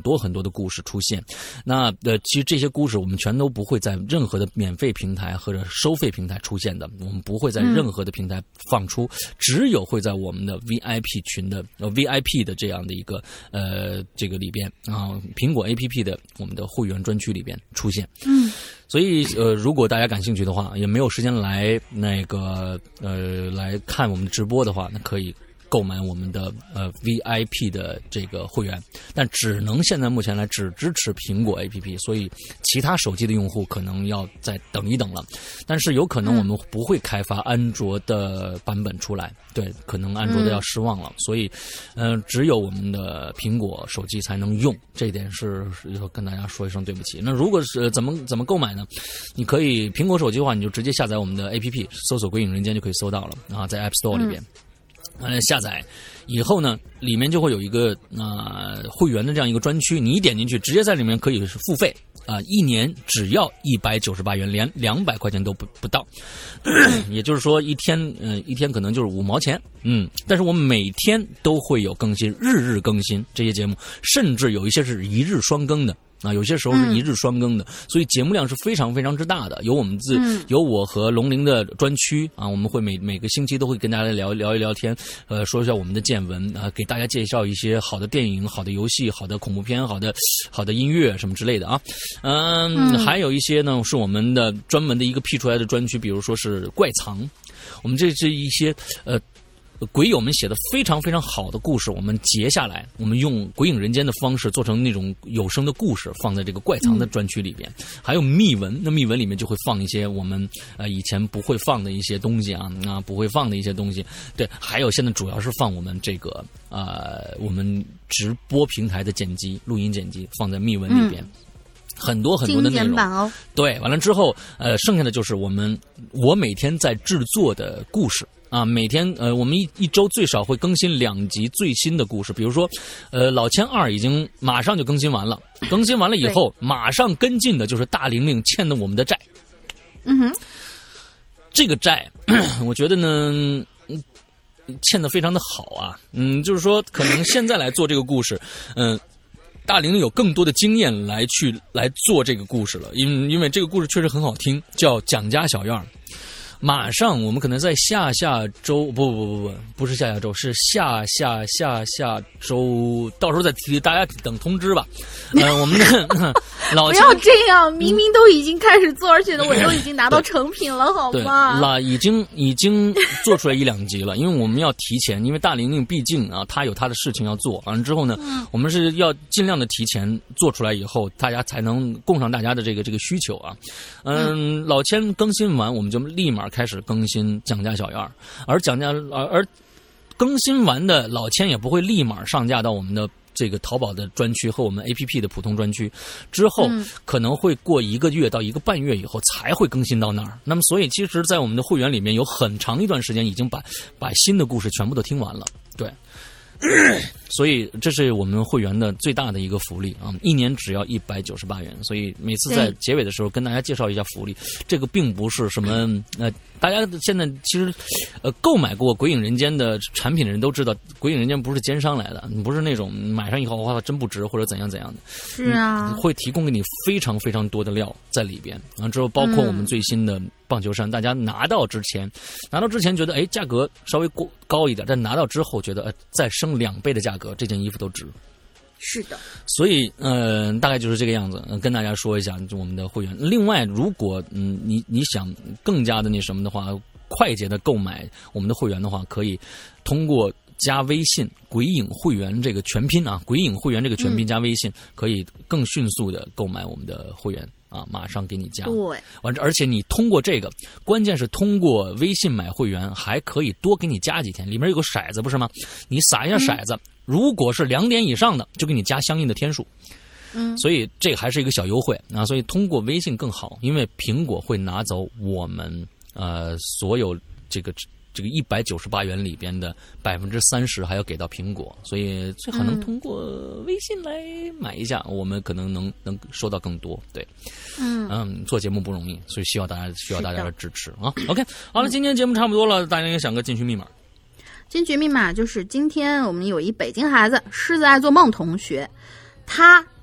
多的故事出现。那呃，其实这些故事我们全都不会在任何的免费平台或者收费平台出现的，我们不会在任何的平台放出，嗯、只有会在我们的 V I P 群的呃 V I P 的这样的一个呃这个里边啊，苹果 A P P 的我们的会员专区里边出现。 嗯。 所以，呃，如果大家感兴趣的话，也没有时间来那个呃来看我们的直播的话，那可以购买我们的呃 V I P 的这个会员，但只能现在目前来只支持苹果 A P P， 所以其他手机的用户可能要再等一等了。但是有可能我们不会开发安卓的版本出来，对，可能安卓的要失望了。嗯、所以，呃，只有我们的苹果手机才能用，这一点是要跟大家说一声对不起。那如果是怎么怎么购买呢？你可以苹果手机的话，你就直接下载我们的 A P P， 搜索“鬼影人间”就可以搜到了啊，在 App Store 里边。嗯呃，下载以后呢，里面就会有一个啊、呃、会员的这样一个专区，你一点进去，直接在里面可以是付费啊、呃，一年只要一百九十八元，连两百块钱都不不到，也就是说一天呃一天可能就是五毛钱，嗯，但是我们每天都会有更新，日日更新这些节目，甚至有一些是一日双更的。啊，有些时候是一日双更的，嗯、所以节目量是非常非常之大的。有我们自、嗯、有我和龙鳞的专区啊，我们会每每个星期都会跟大家聊聊一聊天，呃，说一下我们的见闻啊，给大家介绍一些好的电影、好的游戏、好的恐怖片、好的好的音乐什么之类的啊。嗯，嗯还有一些呢是我们的专门的一个辟出来的专区，比如说是怪藏，我们这是一些呃。鬼友们写的非常非常好的故事，我们截下来，我们用鬼影人间的方式做成那种有声的故事，放在这个怪藏的专区里边。嗯、还有密文，那密文里面就会放一些我们呃以前不会放的一些东西啊啊不会放的一些东西。对，还有现在主要是放我们这个呃我们直播平台的剪辑、录音剪辑放在密文里边。嗯很多很多的内容， 哦、 对，完了之后，呃，剩下的就是我们我每天在制作的故事啊，每天呃，我们一一周最少会更新两集最新的故事，比如说，呃，老千二已经马上就更新完了，更新完了以后，马上跟进的就是大玲玲欠的我们的债， 嗯哼， 这个债，我觉得呢。欠得非常的好啊，嗯，就是说，可能现在来做这个故事，嗯。大玲玲有更多的经验来去来做这个故事了，因因为这个故事确实很好听，叫蒋家小院。马上我们可能在下下周，不不不不不，不是下下周，是下下下下周，到时候再提，大家等通知吧。呃，我们的老不要这样，明明都已经开始做，而且呢，我都已经拿到成品了，好吗？ 那已经已经做出来一两集了，因为我们要提前，因为大玲玲毕竟啊，她有她的事情要做，完了之后呢，嗯、我们是要尽量的提前做出来以后，大家才能供上大家的这个这个需求啊。嗯，嗯老千更新完，我们就立马开始更新蒋家小院，而蒋家而而更新完的老千也不会立马上架到我们的这个淘宝的专区和我们 A P P 的普通专区，之后可能会过一个月到一个半月以后才会更新到那儿。那么所以其实在我们的会员里面有很长一段时间已经把把新的故事全部都听完了，对。所以这是我们会员的最大的一个福利啊！一年只要一百九十八元，所以每次在结尾的时候跟大家介绍一下福利。这个并不是什么呃，大家现在其实呃购买过《鬼影人间》的产品的人都知道，《鬼影人间》不是奸商来的，不是那种买上以后哇真不值或者怎样怎样的。 是啊， 会提供给你非常非常多的料在里边，然后之后包括我们最新的棒球衫，嗯、大家拿到之前，拿到之前觉得哎价格稍微过高一点，但拿到之后觉得呃再升两倍的价格。这件衣服都值， 是的， 所以呃，大概就是这个样子。呃、跟大家说一下，就我们的会员。另外，如果嗯你你想更加的那什么的话，快捷的购买我们的会员的话，可以通过加微信“鬼影会员”这个全拼啊，“鬼影会员”这个全拼加微信，嗯、可以更迅速的购买我们的会员。啊，马上给你加。 对， 完，而且你通过这个，关键是通过微信买会员，还可以多给你加几天。里面有个骰子，不是吗？你撒一下骰子，嗯、如果是两点以上的，就给你加相应的天数。嗯，所以这个还是一个小优惠啊。所以通过微信更好，因为苹果会拿走我们呃所有这个。这个一百九十八元里边的百分之三十还要给到苹果，所以最好能通过微信来买一下，嗯、我们可能能能收到更多。对，嗯嗯，做节目不容易，所以需要大家需要大家的支持啊。OK， 好了，今天节目差不多了，大家也想个进群密码。 进群密码就是今天我们有一北京孩子狮子爱做梦同学，他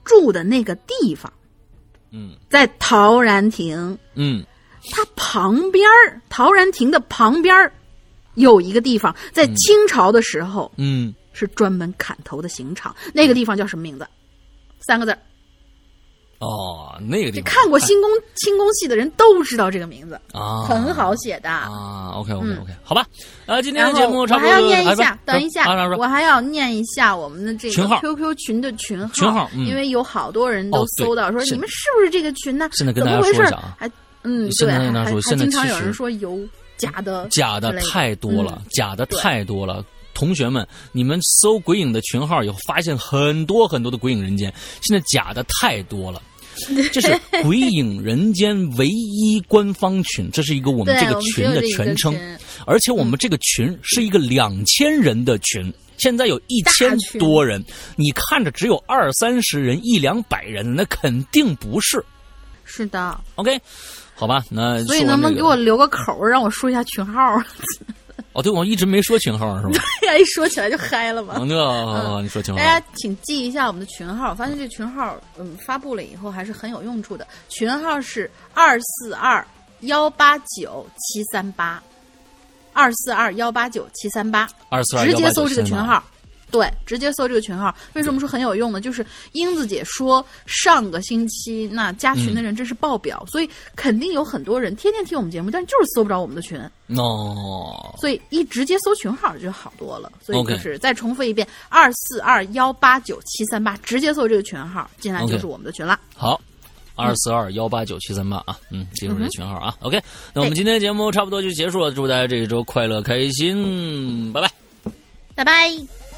住的那个地方， 嗯， 在陶然亭， 嗯， 它旁边陶然亭的旁边有一个地方，在清朝的时候， 嗯， 是专门砍头的刑场，那个地方叫什么名字？三个字。 哦，那个地方看过清宫清宫戏的人都知道这个名字啊， 很好写的啊。OK OK OK，、嗯、好吧。啊，今天的节目我差不多。 还要念一下，等一下、 啊， 我还要念一下我们的这个 Q Q 群的群号， 群号、嗯， 因为有好多人都搜到、哦、说你们是不是这个群呢？ 现在跟大家说一下啊， 还嗯， 对，还还经常有人说有假的， 假的太多了，嗯、假的太多了。同学们，你们搜鬼影的群号以后，发现很多很多的鬼影人间，现在假的太多了。这是鬼影人间唯一官方群，这是一个我们这个群的全称，而且我们这个群是一个两千人的群，现在有一千多人，你看着只有二三十人、一两百人，那肯定不是。 是的 ，OK， 好吧，那所以能不能给我留个口，让我说一下群号？ 哦，对，我一直没说群号是吧？ 对呀，一说起来就嗨了嘛。 那、嗯、你说群号， 大家请记一下我们的群号。发现这群号，嗯，发布了以后还是很有用处的。群号是二四二幺八九七三八，二四二幺八九七三八， 二四二直接搜这个群号。对，直接搜这个群号。为什么说很有用呢？就是英子姐说上个星期那加群的人真是爆表、嗯，所以肯定有很多人天天听我们节目，但是就是搜不着我们的群。 哦， 所以一直接搜群号就好多了。所以就是再重复一遍，二四二幺八九七三八，直接搜这个群号，进来就是我们的群了。 Okay. 好。二四二幺八九七三八啊，嗯，进入这个群号啊。嗯、OK， 那我们今天的节目差不多就结束了，祝大家这一周快乐开心，拜拜， 拜拜。